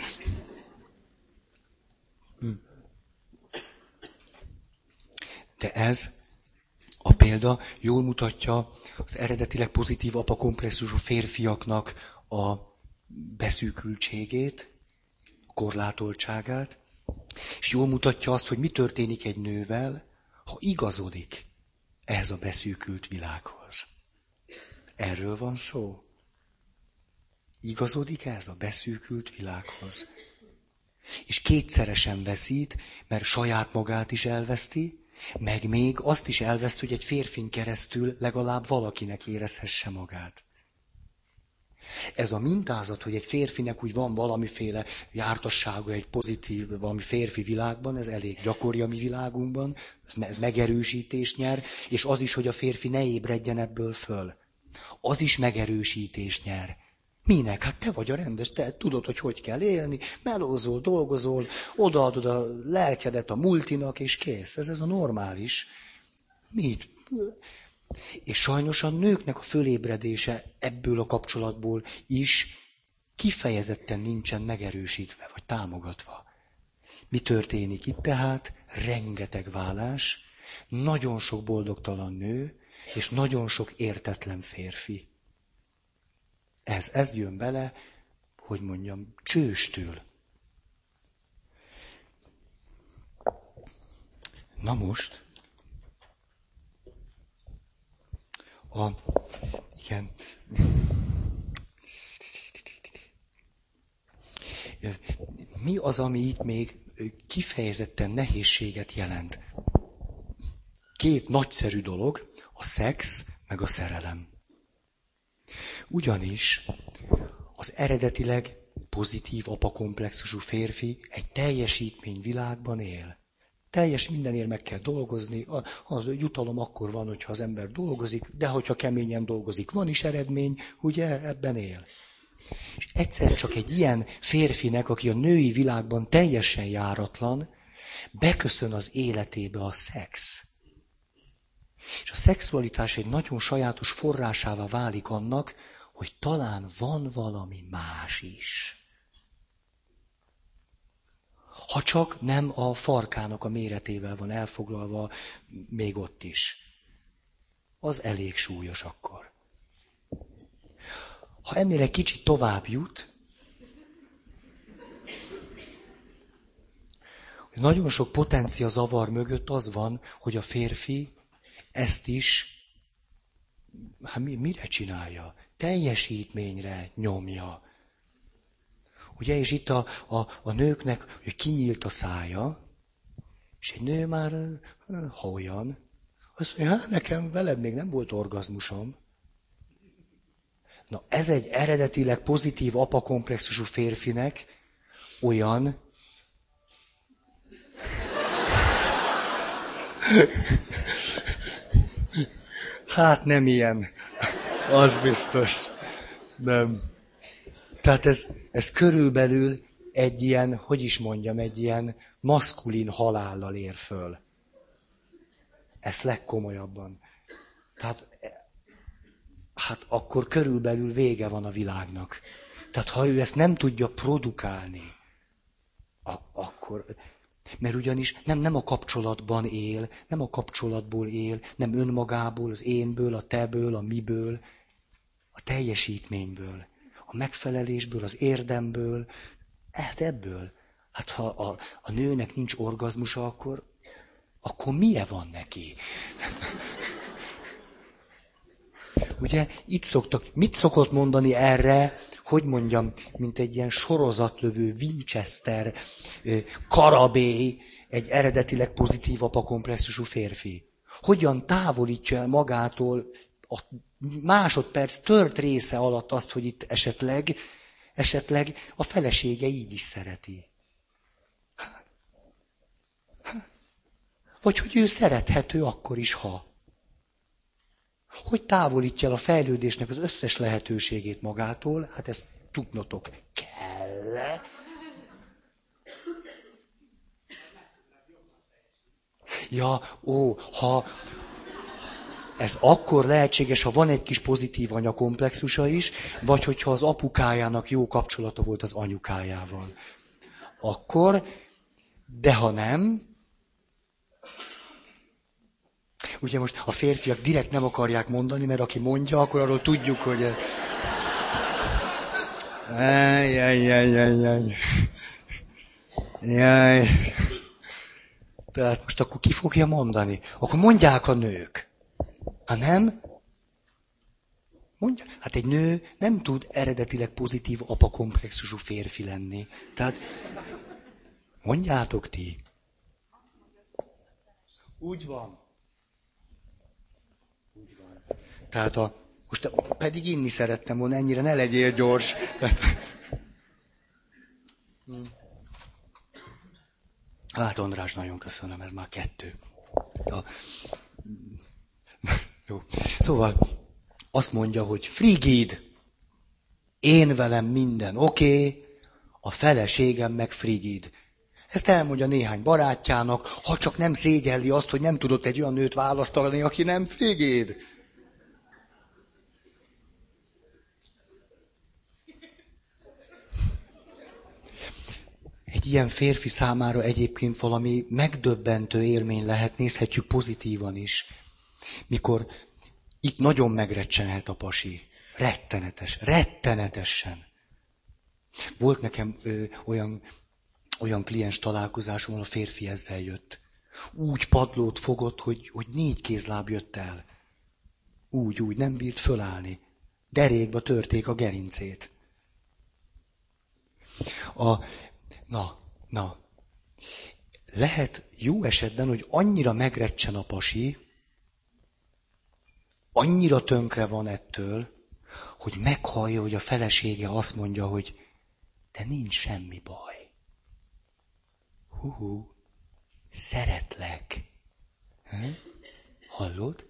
De ez a példa jól mutatja az eredetileg pozitív apakomplexusú férfiaknak a beszűkültségét, a korlátoltságát. És jól mutatja azt, hogy mi történik egy nővel, ha igazodik ehhez a beszűkült világhoz. Erről van szó. Igazodik ehhez a beszűkült világhoz. És kétszeresen veszít, mert saját magát is elveszti, meg még azt is elveszti, hogy egy férfin keresztül legalább valakinek érezhesse magát. Ez a mintázat, hogy egy férfinek úgy van valamiféle jártassága egy pozitív, valami férfi világban, ez elég gyakori a mi világunkban, ez megerősítést nyer, és az is, hogy a férfi ne ébredjen ebből föl. Az is megerősítést nyer. Minek? Hát te vagy a rendes, te tudod, hogy kell élni, melózol, dolgozol, odaadod a lelkedet a multinak, és kész. Ez a normális. Mit? És sajnos a nőknek a fölébredése ebből a kapcsolatból is kifejezetten nincsen megerősítve, vagy támogatva. Mi történik itt tehát? Rengeteg válás, nagyon sok boldogtalan nő, és nagyon sok értetlen férfi. Ez jön bele, hogy mondjam, csőstől. Na most, igen. Mi az, ami itt még kifejezetten nehézséget jelent? Két nagyszerű dolog, a szex meg a szerelem. Ugyanis az eredetileg pozitív apakomplexusú férfi egy teljesítményvilágban él. Teljes mindenért meg kell dolgozni, az jutalom akkor van, hogyha az ember dolgozik, de hogyha keményen dolgozik, van is eredmény, ugye ebben él. És egyszer csak egy ilyen férfinek, aki a női világban teljesen járatlan, beköszön az életébe a szex. És a szexualitás egy nagyon sajátos forrásává válik annak, hogy talán van valami más is. Ha csak nem a farkának a méretével van elfoglalva, még ott is. Az elég súlyos akkor. Ha ennél egy kicsit tovább jut, nagyon sok potencia zavar mögött az van, hogy a férfi ezt is, mire csinálja? Teljesítményre nyomja. Ugye, és itt a nőknek, hogy kinyílt a szája, és egy nő már, ha olyan, azt mondja, hát nekem veled még nem volt orgazmusom. Na, ez egy eredetileg pozitív apakomplexusú férfinek olyan, hát nem ilyen, az biztos, nem. Tehát ez körülbelül egy ilyen, hogy is mondjam, egy ilyen maszkulin halállal ér föl. Ez legkomolyabban. Tehát, hát akkor körülbelül vége van a világnak. Tehát ha ő ezt nem tudja produkálni, akkor... Mert ugyanis nem a kapcsolatban él, nem a kapcsolatból él, nem önmagából, az énből, a teből, a miből, a teljesítményből, a megfelelésből, az érdemből, ebből. Hát ha a nőnek nincs orgazmusa, akkor milyen van neki? Ugye, mit szokott mondani erre, hogy mondjam, mint egy ilyen sorozatlövő Winchester, karabély, egy eredetileg pozitív apakomplexusú férfi. Hogyan távolítja el magától a másodperc tört része alatt azt, hogy itt esetleg a felesége így is szereti. Vagy hogy ő szerethető akkor is, ha. Hogy távolítja el a fejlődésnek az összes lehetőségét magától, hát ezt tudnotok kell. Ha ez akkor lehetséges, ha van egy kis pozitív anyakomplexusa is, vagy hogyha az apukájának jó kapcsolata volt az anyukájával. Akkor, de ha nem, ugye most a férfiak direkt nem akarják mondani, mert aki mondja, akkor arról tudjuk, hogy... Jaj. Tehát most akkor ki fogja mondani? Akkor mondják a nők. Ha nem? Mondja. Hát egy nő nem tud eredetileg pozitív apakomplexusú férfi lenni. Tehát mondjátok ti. Úgy van. Úgy van. Tehát most pedig inni szerettem volna, ennyire ne legyél gyors. Tehát... Hát András, nagyon köszönöm, ez már 2. Jó. Szóval azt mondja, hogy frigid, én velem minden oké, a feleségem meg frigid. Ezt elmondja néhány barátjának, ha csak nem szégyelli azt, hogy nem tudott egy olyan nőt választani, aki nem frigid. Egy ilyen férfi számára egyébként valami megdöbbentő élmény lehet, nézhetjük pozitívan is. Mikor itt nagyon megrecsenelt a pasi. Rettenetesen. Volt nekem olyan kliens találkozásom, ahol a férfi ezzel jött. Úgy padlót fogott, hogy 4 kézláb jött el. Úgy, nem bírt fölállni. Derékba törték a gerincét. Na. Lehet jó esetben, hogy annyira megrecsen a pasi, annyira tönkre van ettől, hogy meghallja, hogy a felesége azt mondja, hogy de nincs semmi baj. Szeretlek. Hallod?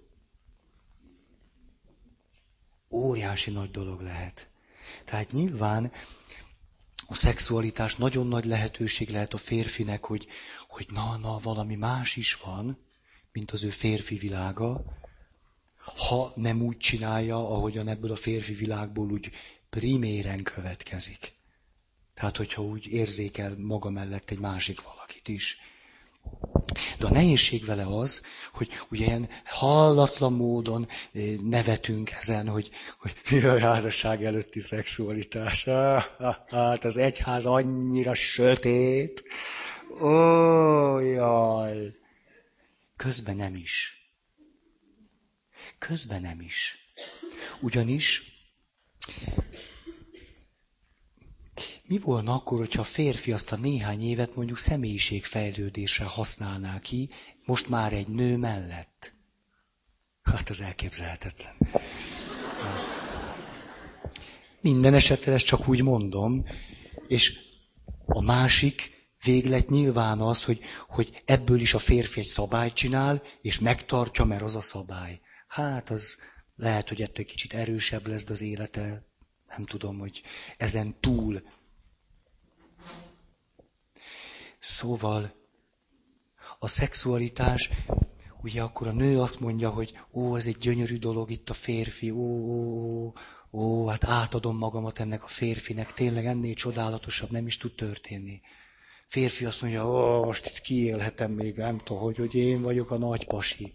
Óriási nagy dolog lehet. Tehát nyilván a szexualitás nagyon nagy lehetőség lehet a férfinek, hogy valami más is van, mint az ő férfi világa, ha nem úgy csinálja, ahogyan ebből a férfi világból úgy priméren következik. Tehát, hogyha úgy érzékel maga mellett egy másik valakit is. De a nehézség vele az, hogy ugye ilyen hallatlan módon nevetünk ezen, hogy mi a házasság előtti szexualitás. Hát az egyház annyira sötét. Ó, jaj. Közben nem is. Ugyanis mi volna akkor, hogyha a férfi azt a néhány évet mondjuk személyiségfejlődésre használná ki, most már egy nő mellett? Hát az elképzelhetetlen. Minden esetre ezt csak úgy mondom, és a másik véglet nyilván az, hogy ebből is a férfi egy szabályt csinál, és megtartja, mert az a szabály. Hát az lehet, hogy ettől kicsit erősebb lesz az élete, nem tudom, hogy ezen túl. Szóval a szexualitás, ugye akkor a nő azt mondja, hogy ez egy gyönyörű dolog itt a férfi, hát átadom magamat ennek a férfinek, tényleg ennél csodálatosabb nem is tud történni. Férfi azt mondja, most itt kiélhetem még, nem tudom, hogy én vagyok a nagy pasi.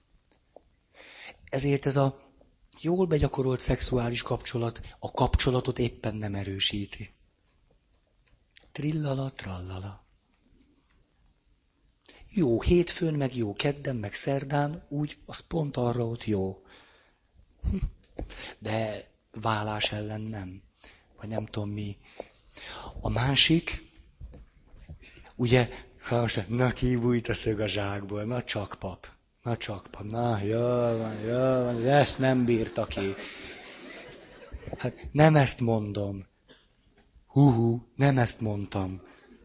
Ezért ez a jól begyakorolt szexuális kapcsolat a kapcsolatot éppen nem erősíti. Trillala, trallala. Jó hétfőn, meg jó kedden, meg szerdán, úgy, az pont arra ott jó. De válás ellen nem. Vagy nem tudom mi. A másik, ugye, na kibújt a szög a zsákból, na csak pap, jól van, ezt nem bírta ki. Hát nem ezt mondom. Nem ezt mondtam.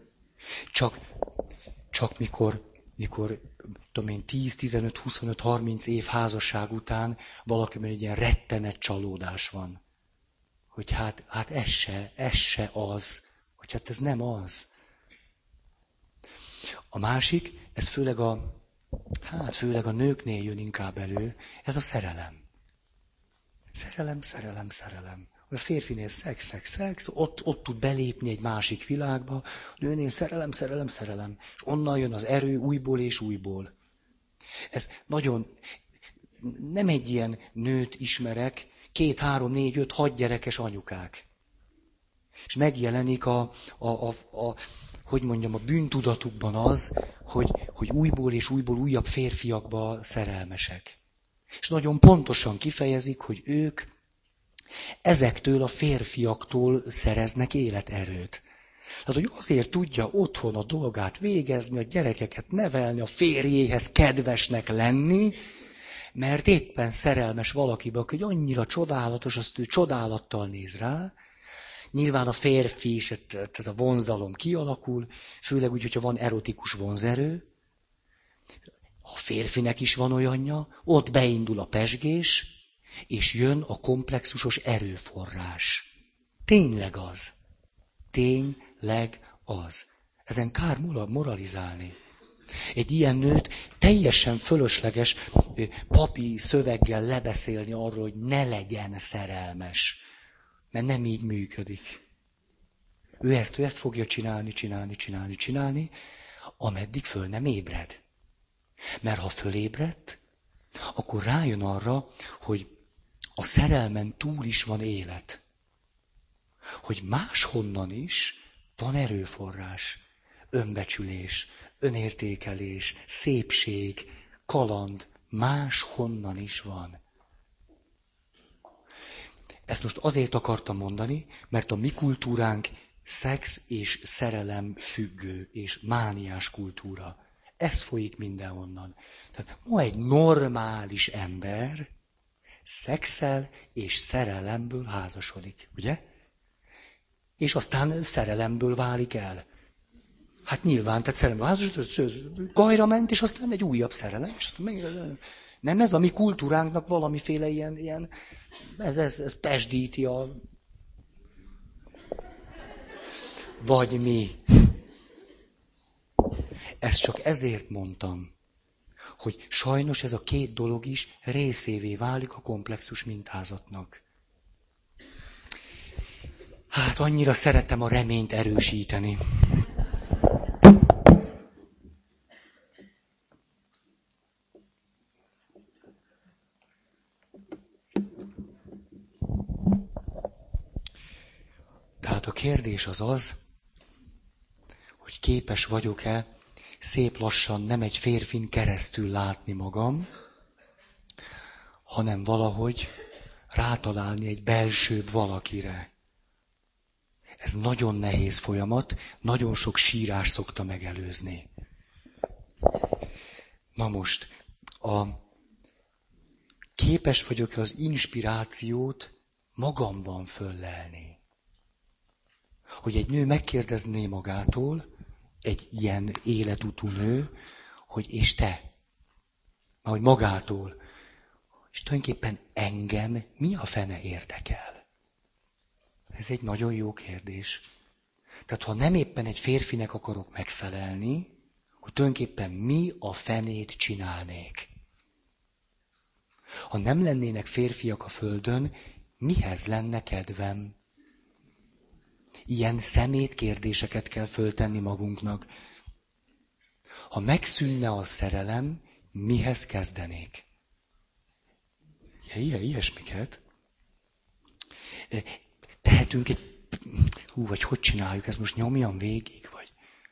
Csak mikor tudom én, 10, 15, 25, 30 év házasság után valakiben egy ilyen rettenet csalódás van. Hogy hát ez se az. Hogy hát ez nem az. A másik, ez főleg a nőknél jön inkább elő, ez a szerelem. Szerelem. A férfinél szex, ott tud belépni egy másik világba, a nőnél szerelem. És onnan jön az erő újból és újból. Ez nagyon, nem egy ilyen nőt ismerek, 2, 3, 4, 5, 6 gyerekes anyukák. És megjelenik hogy mondjam, a bűntudatukban az, hogy újból és újból újabb férfiakba szerelmesek. És nagyon pontosan kifejezik, hogy ők ezektől a férfiaktól szereznek életerőt. Tehát, hogy azért tudja otthon a dolgát végezni, a gyerekeket nevelni, a férjéhez kedvesnek lenni, mert éppen szerelmes valakibe, aki annyira csodálatos, azt ő csodálattal néz rá. Nyilván a férfi is, ez a vonzalom kialakul, főleg úgy, hogyha van erotikus vonzerő. A férfinek is van olyanja, ott beindul a pesgés, és jön a komplexusos erőforrás. Tényleg az. Tényleg az. Ezen kár moralizálni. Egy ilyen nőt teljesen fölösleges papi szöveggel lebeszélni arról, hogy ne legyen szerelmes. Mert nem így működik. Ő ezt fogja csinálni, ameddig föl nem ébred. Mert ha fölébredt, akkor rájön arra, hogy a szerelmen túl is van élet. Hogy máshonnan is van erőforrás, önbecsülés, önértékelés, szépség, kaland, máshonnan is van. Ezt most azért akartam mondani, mert a mi kultúránk szex és szerelem függő és mániás kultúra. Ez folyik mindenhonnan. Tehát ma egy normális ember szexel és szerelemből házasodik, ugye? És aztán szerelemből válik el. Hát nyilván, tehát szerelemből házasodik, gajra ment, és aztán egy újabb szerelem, és aztán nem ez a mi kultúránknak valamiféle ilyen ez pesdíti a... Vagy mi. Ezt csak ezért mondtam, hogy sajnos ez a két dolog is részévé válik a komplexus mintázatnak. Hát annyira szeretem a reményt erősíteni. Tehát a kérdés az, hogy képes vagyok-e szép lassan nem egy férfin keresztül látni magam, hanem valahogy rátalálni egy belsőbb valakire. Ez nagyon nehéz folyamat, nagyon sok sírás szokta megelőzni. Na most, képes vagyok az inspirációt magamban föllelni. Hogy egy nő megkérdezné magától, egy ilyen életútú nő, hogy és te? Hogy magától. És tulajdonképpen engem mi a fene érdekel? Ez egy nagyon jó kérdés. Tehát ha nem éppen egy férfinek akarok megfelelni, hogy tulajdonképpen mi a fenét csinálnék? Ha nem lennének férfiak a földön, mihez lenne kedvem? Ilyen szemét kérdéseket kell föltenni magunknak. Ha megszűnne a szerelem, mihez kezdenék? Ilyesmiket. Tehetünk egy... vagy hogy csináljuk, ez most nyomjam végig, vagy...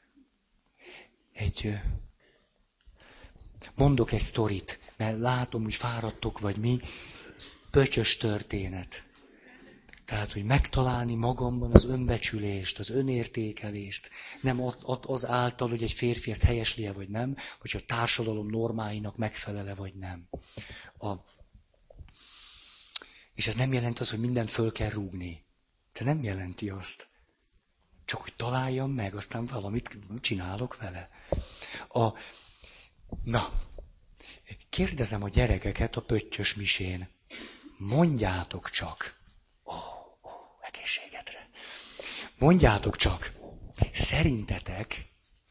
Mondok egy sztorit, mert látom, hogy fáradtok, vagy mi. Pöttyös történet. Tehát, hogy megtalálni magamban az önbecsülést, az önértékelést, nem az által, hogy egy férfi ezt helyesli-e vagy nem, hogy a társadalom normáinak megfelele vagy nem. És ez nem jelenti azt, hogy mindent föl kell rúgni. Ez nem jelenti azt. Csak hogy találjam meg, aztán valamit csinálok vele. Kérdezem a gyerekeket a pöttyös misén. Mondjátok csak. Egészségedre. Mondjátok csak. Szerintetek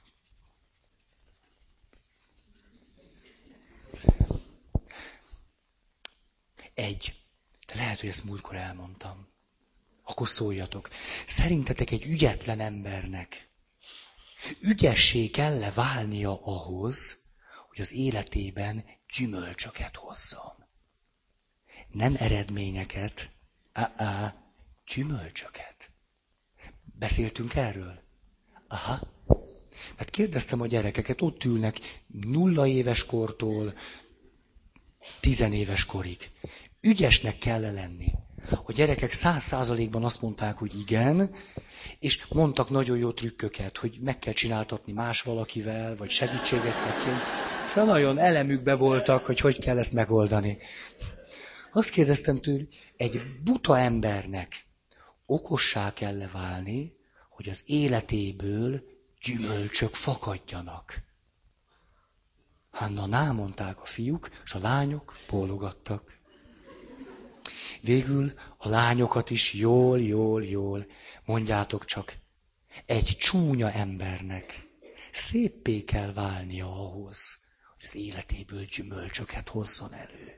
de lehet, hogy ezt múltkor elmondtam. Akkor szóljatok. Szerintetek egy ügyetlen embernek ügyessé kell-e válnia ahhoz, hogy az életében gyümölcsöket hozzon? Nem eredményeket, gyümölcsöket. Beszéltünk erről? Aha. Hát kérdeztem a gyerekeket, ott ülnek 0 éves kortól 10 éves korig. Ügyesnek kell lenni. A gyerekek 100%-ban azt mondták, hogy igen, és mondtak nagyon jó trükköket, hogy meg kell csináltatni más valakivel, vagy segítséget kell kérni. Szóval nagyon elemükbe voltak, hogy kell ezt megoldani. Azt kérdeztem tőle, egy buta embernek okossá kell válni, hogy az életéből gyümölcsök fakadjanak. Hát na, mondták a fiúk, és a lányok bólogattak. Végül a lányokat is jól, mondjátok csak, egy csúnya embernek széppé kell válnia ahhoz, hogy az életéből gyümölcsöket hozzon elő.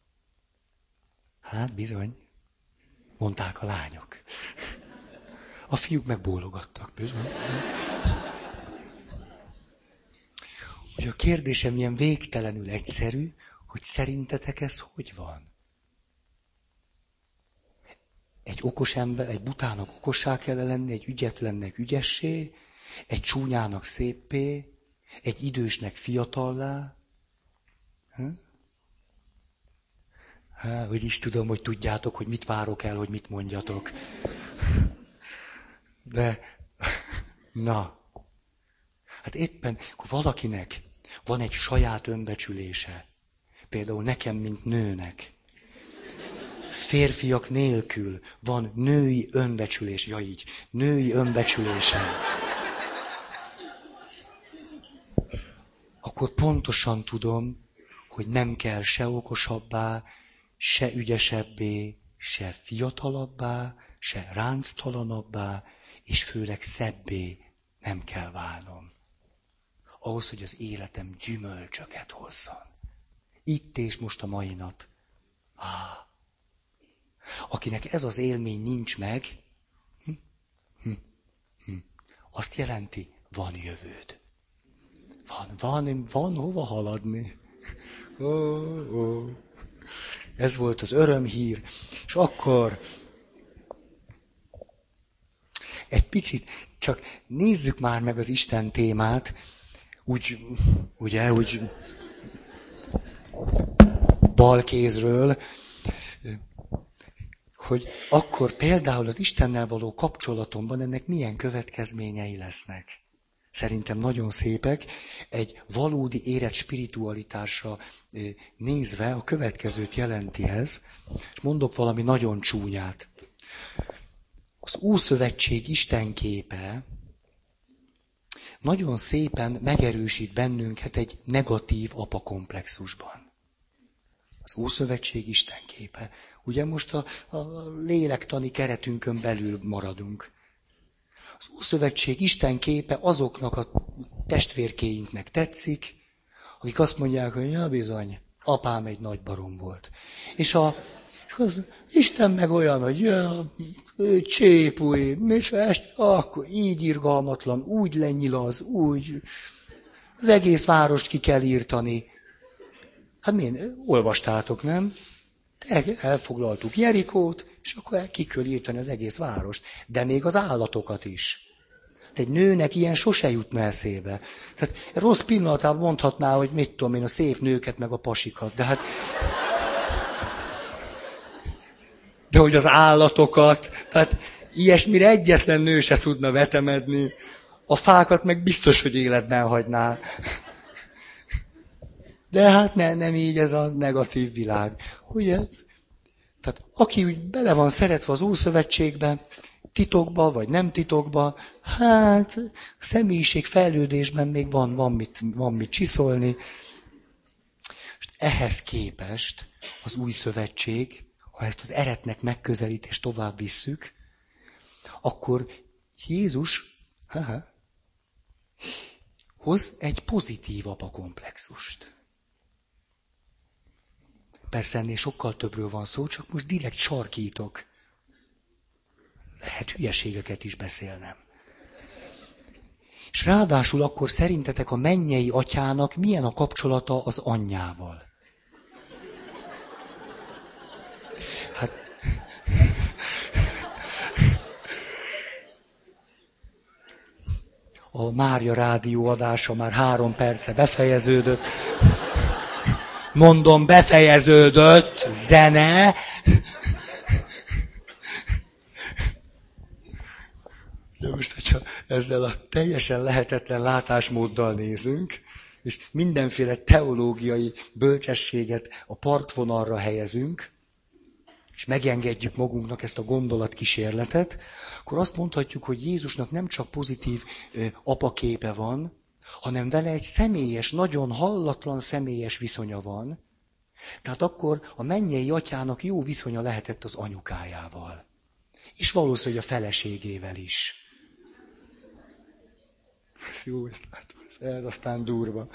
Hát bizony, mondták a lányok. A fiúk meg bólogattak, bizony. Hogy a kérdésem ilyen végtelenül egyszerű, hogy szerintetek ez hogy van? Egy okos ember, egy butának okossá kell lenni, egy ügyetlennek ügyessé, egy csúnyának széppé, egy idősnek fiatallá. Hogy is tudom, hogy tudjátok, hogy mit várok el, hogy mit mondjatok. De, na, hát éppen, akkor valakinek van egy saját önbecsülése, például nekem, mint nőnek, férfiak nélkül van női önbecsülés, női önbecsülésem. Akkor pontosan tudom, hogy nem kell se okosabbá, se ügyesebbé, se fiatalabbá, se ránctalanabbá, és főleg szebbé nem kell válnom. Ahhoz, hogy az életem gyümölcsöket hozzon. Itt és most a mai nap. Akinek ez az élmény nincs meg, azt jelenti, van jövőd. Van hova haladni. Ez volt az örömhír. És akkor egy picit csak nézzük már meg az Isten témát, úgy bal kézről, hogy akkor például az Istennel való kapcsolatomban ennek milyen következményei lesznek. Szerintem nagyon szépek. Egy valódi érett spiritualitásra nézve a következőt jelenti ez, és mondok valami nagyon csúnyát. Az Ószövetség istenképe nagyon szépen megerősít bennünket egy negatív apakomplexusban. Az Ószövetség istenképe. Ugye most a lélektani keretünkön belül maradunk. Az Ószövetség istenképe azoknak a testvérkéinknek tetszik, akik azt mondják, hogy ja bizony, apám egy nagy barom volt. És az Isten meg olyan, hogy jön, csépúj, akkor így irgalmatlan, úgy lenyilaz, úgy, az egész várost ki kell írtani. Hát miért? Olvastátok, nem? Elfoglaltuk Jerikót, és akkor ki kell írtani az egész várost. De még az állatokat is. Egy nőnek ilyen sose jutna eszébe. Tehát rossz pillanatában mondhatná, hogy mit tudom én, a szép nőket, meg a pasikat. De hogy az állatokat, tehát ilyesmire egyetlen nő se tudna vetemedni. A fákat meg biztos, hogy életben hagyná. De hát nem így ez a negatív világ. Ugye? Tehát aki úgy bele van szeretve az Ószövetségbe, titokba vagy nem titokba, hát személyiség fejlődésben még van mit csiszolni. És ehhez képest az Új Szövetség, ha ezt az eretnek megközelítést tovább visszük, akkor Jézus hoz egy pozitív apakomplexust. Persze ennél sokkal többről van szó, csak most direkt sarkítok. Lehet hülyeségeket is beszélnem. És ráadásul akkor szerintetek a mennyei atyának milyen a kapcsolata az anyjával? Hát... a Mária rádió adása már 3 perce befejeződött. Mondom, befejeződött, zene. De most, hogyha ezzel a teljesen lehetetlen látásmóddal nézünk, és mindenféle teológiai bölcsességet a partvonalra helyezünk, és megengedjük magunknak ezt a gondolatkísérletet, akkor azt mondhatjuk, hogy Jézusnak nem csak pozitív apaképe van, hanem vele egy személyes, nagyon hallatlan személyes viszonya van. Tehát akkor a mennyei atyának jó viszonya lehetett az anyukájával. És valószínűleg a feleségével is. Jó, ezt látom, ez aztán durva.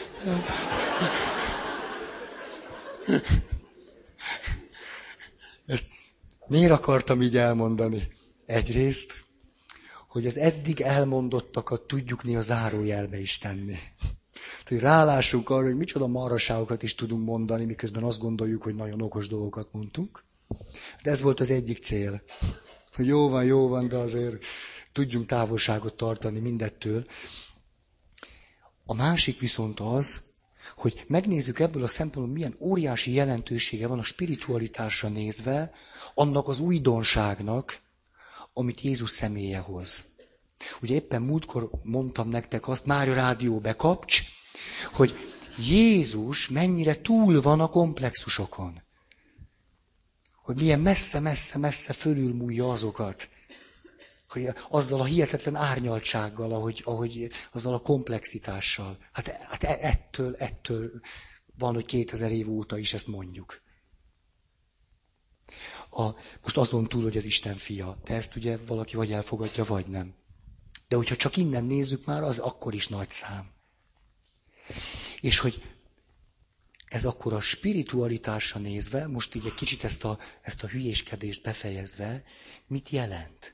Ezt miért akartam így elmondani? Egyrészt, hogy az eddig elmondottakat tudjuk mi a zárójelbe is tenni. Tehát rálássunk arra, hogy micsoda marhaságokat is tudunk mondani, miközben azt gondoljuk, hogy nagyon okos dolgokat mondtunk. De ez volt az egyik cél. Hogy jó van, de azért tudjunk távolságot tartani mindettől. A másik viszont az, hogy megnézzük ebből a szempontból, milyen óriási jelentősége van a spiritualitásra nézve, annak az újdonságnak, amit Jézus személye hoz. Ugye éppen múltkor mondtam nektek azt, Mária rádió bekapcs, hogy Jézus mennyire túl van a komplexusokon. Hogy milyen messze fölülmúlja azokat. Hogy azzal a hihetetlen árnyaltsággal, ahogy azzal a komplexitással. Hát ettől van, hogy 2000 év óta is ezt mondjuk. Most azon túl, hogy az Isten fia. De ezt ugye valaki vagy elfogadja, vagy nem. De hogyha csak innen nézzük már, az akkor is nagy szám. És hogy ez akkor a spiritualitásra nézve, most így egy kicsit ezt a hülyéskedést befejezve, mit jelent?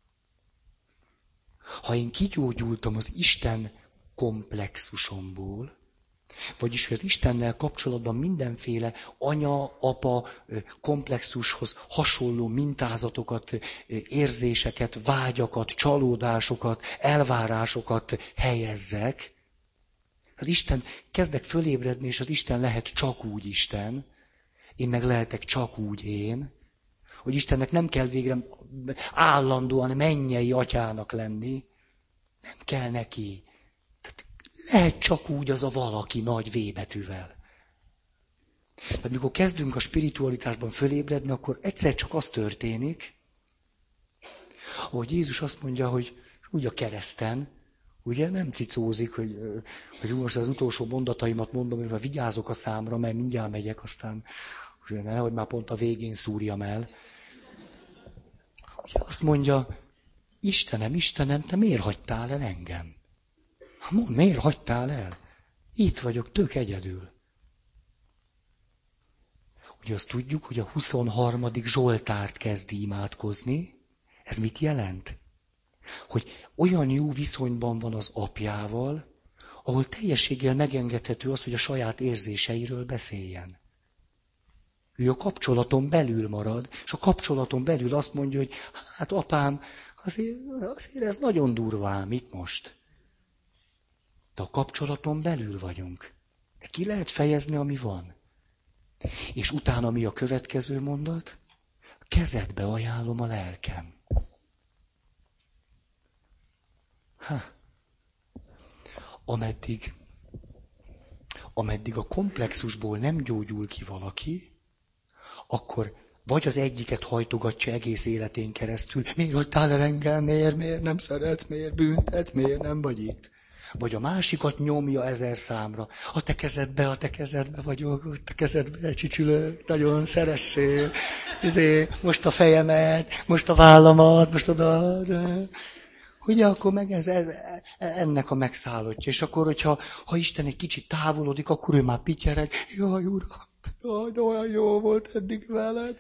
Ha én kigyógyultam az Isten komplexusomból, vagyis hogy az Istennel kapcsolatban mindenféle anya, apa komplexushoz hasonló mintázatokat, érzéseket, vágyakat, csalódásokat, elvárásokat helyezzek, az Isten kezdek fölébredni, és az Isten lehet csak úgy Isten, én meg lehetek csak úgy én, hogy Istennek nem kell végre állandóan mennyei atyának lenni, nem kell neki. Tehát lehet csak úgy az a valaki nagy V betűvel. Tehát mikor kezdünk a spiritualitásban fölébredni, akkor egyszer csak az történik, ahogy Jézus azt mondja, hogy úgy a kereszten, ugye nem cicózik, hogy most az utolsó mondataimat mondom, hogy vigyázok a számra, mert mindjárt megyek, aztán nehogy már pont a végén szúrjam el. Ugye azt mondja, Istenem, te miért hagytál el engem? Mondd, miért hagytál el? Itt vagyok, tök egyedül. Ugye azt tudjuk, hogy a 23. Zsoltárt kezdi imádkozni. Ez mit jelent? Hogy olyan jó viszonyban van az apjával, ahol teljességgel megengedhető az, hogy a saját érzéseiről beszéljen. Ő a kapcsolaton belül marad, és a kapcsolaton belül azt mondja, hogy hát apám, azért ez nagyon durván, mit most? De a kapcsolaton belül vagyunk. De ki lehet fejezni, ami van? És utána mi a következő mondat? A kezedbe ajánlom a lelkem. Ameddig a komplexusból nem gyógyul ki valaki, akkor vagy az egyiket hajtogatja egész életén keresztül, miért hagytál el engem, miért nem szeretsz, miért büntetsz, miért nem vagy itt. Vagy a másikat nyomja 1000 számra. A te kezedbe vagyok, a te kezedbe csücsülök, nagyon szeressél. Most a fejemet, most a vállamat, most oda. Ugye akkor meg ez ennek a megszállottja. És akkor, hogyha Isten egy kicsit távolodik, akkor ő már pityereg. Jaj, Uram, de olyan jó volt eddig veled.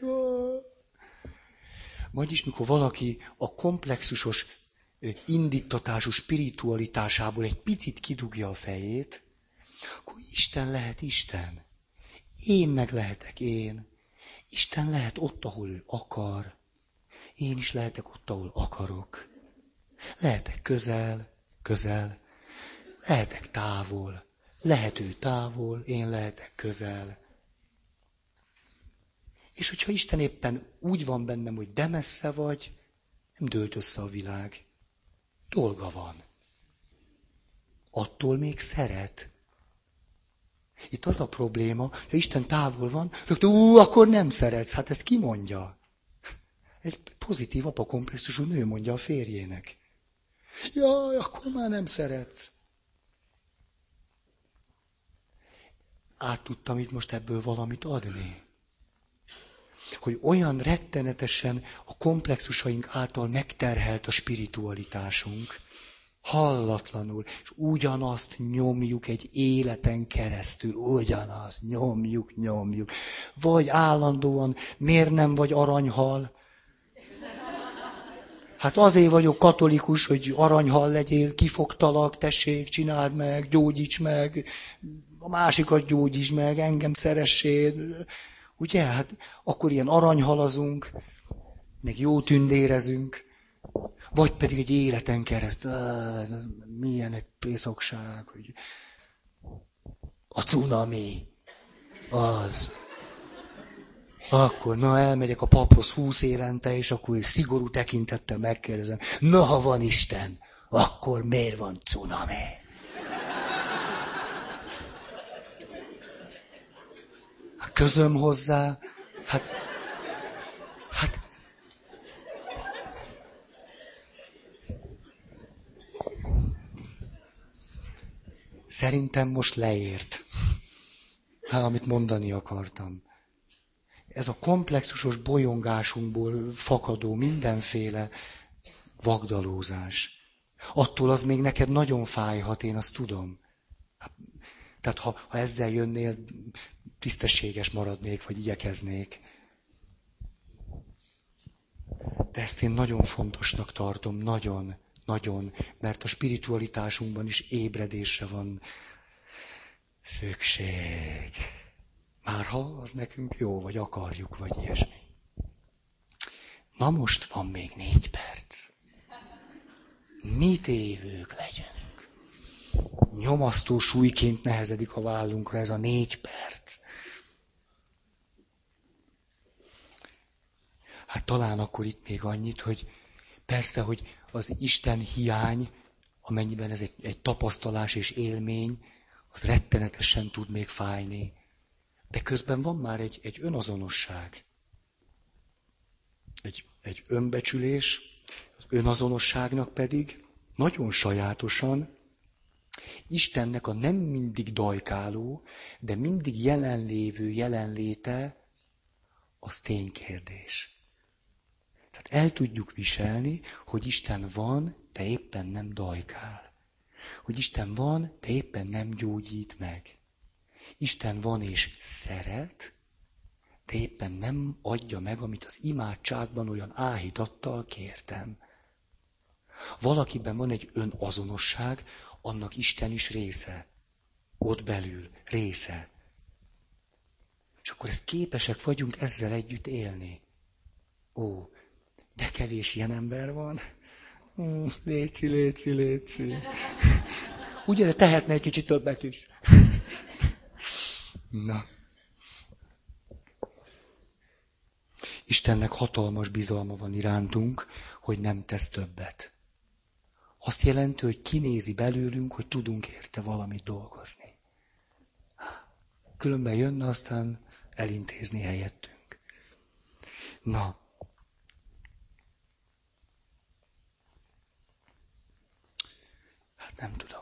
Vagyis mikor valaki a komplexusos, indítatású spiritualitásából egy picit kidugja a fejét, akkor Isten lehet Isten. Én meg lehetek én. Isten lehet ott, ahol ő akar. Én is lehetek ott, ahol akarok. Lehetek közel, közel. Lehetek távol. Lehet ő távol, én lehetek közel. És hogyha Isten éppen úgy van bennem, hogy de messze vagy, nem dőlt össze a világ. Dolga van. Attól még szeret. Itt az a probléma, ha Isten távol van, rögtön, akkor nem szeretsz. Hát ezt ki mondja? Egy pozitív apakomplexusú nő mondja a férjének. Jaj, akkor már nem szeretsz. Át tudtam itt most ebből valamit adni. Hogy olyan rettenetesen a komplexusaink által megterhelt a spiritualitásunk, hallatlanul, és ugyanazt nyomjuk egy életen keresztül, ugyanazt nyomjuk. Vagy állandóan, miért nem vagy aranyhal? Hát azért vagyok katolikus, hogy aranyhal legyél, kifogtalak, tessék, csináld meg, gyógyíts meg, a másikat gyógyíts meg, engem szeressél. Ugye, hát akkor ilyen aranyhalazunk, meg jó tündérezünk, vagy pedig egy életen keresztül, milyen egy pészokság, hogy a cunami, az. Akkor, elmegyek a paphoz 20 évente, és akkor szigorú tekintettel megkérdezem, ha van Isten, akkor miért van cunami? Közöm hozzá, hát szerintem most leért, amit mondani akartam. Ez a komplexusos bolyongásunkból fakadó mindenféle vagdalózás. Attól az még neked nagyon fájhat, én azt tudom. Tehát ha ezzel jönnél, tisztességes maradnék, vagy igyekeznék. De ezt én nagyon fontosnak tartom, nagyon, mert a spiritualitásunkban is ébredésre van szükség. Márha az nekünk jó, vagy akarjuk, vagy ilyesmi. Na most van még 4 perc. Mit évők legyünk. Nyomasztó súlyként nehezedik a vállunkra ez a 4 perc. Hát talán akkor itt még annyit, hogy persze, hogy az Isten hiány, amennyiben ez egy tapasztalás és élmény, az rettenetesen tud még fájni. De közben van már egy önazonosság. Egy önbecsülés, az önazonosságnak pedig nagyon sajátosan Istennek a nem mindig dajkáló, de mindig jelenlévő jelenléte, az ténykérdés. Tehát el tudjuk viselni, hogy Isten van, de éppen nem dajkál. Hogy Isten van, de éppen nem gyógyít meg. Isten van és szeret, de éppen nem adja meg, amit az imádságban olyan áhítattal kértem. Valakiben van egy önazonosság, annak Isten is része. Ott belül része. És akkor ezt képesek vagyunk ezzel együtt élni. Ó, de kevés ilyen ember van. Léci. Ugye tehetne egy kicsit többet is. Na. Istennek hatalmas bizalma van irántunk, hogy nem tesz többet. Azt jelenti, hogy kinézi belőlünk, hogy tudunk érte valamit dolgozni. Különben jönne, aztán elintézni helyettünk. Na. Hát nem tudom.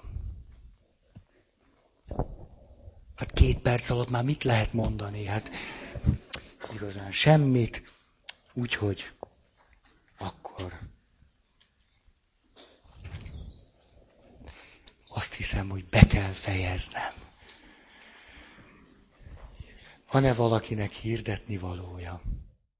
Hát 2 perc alatt már mit lehet mondani? Hát igazán semmit. Úgyhogy akkor azt hiszem, hogy be kell fejeznem. Van-e valakinek hirdetni valója?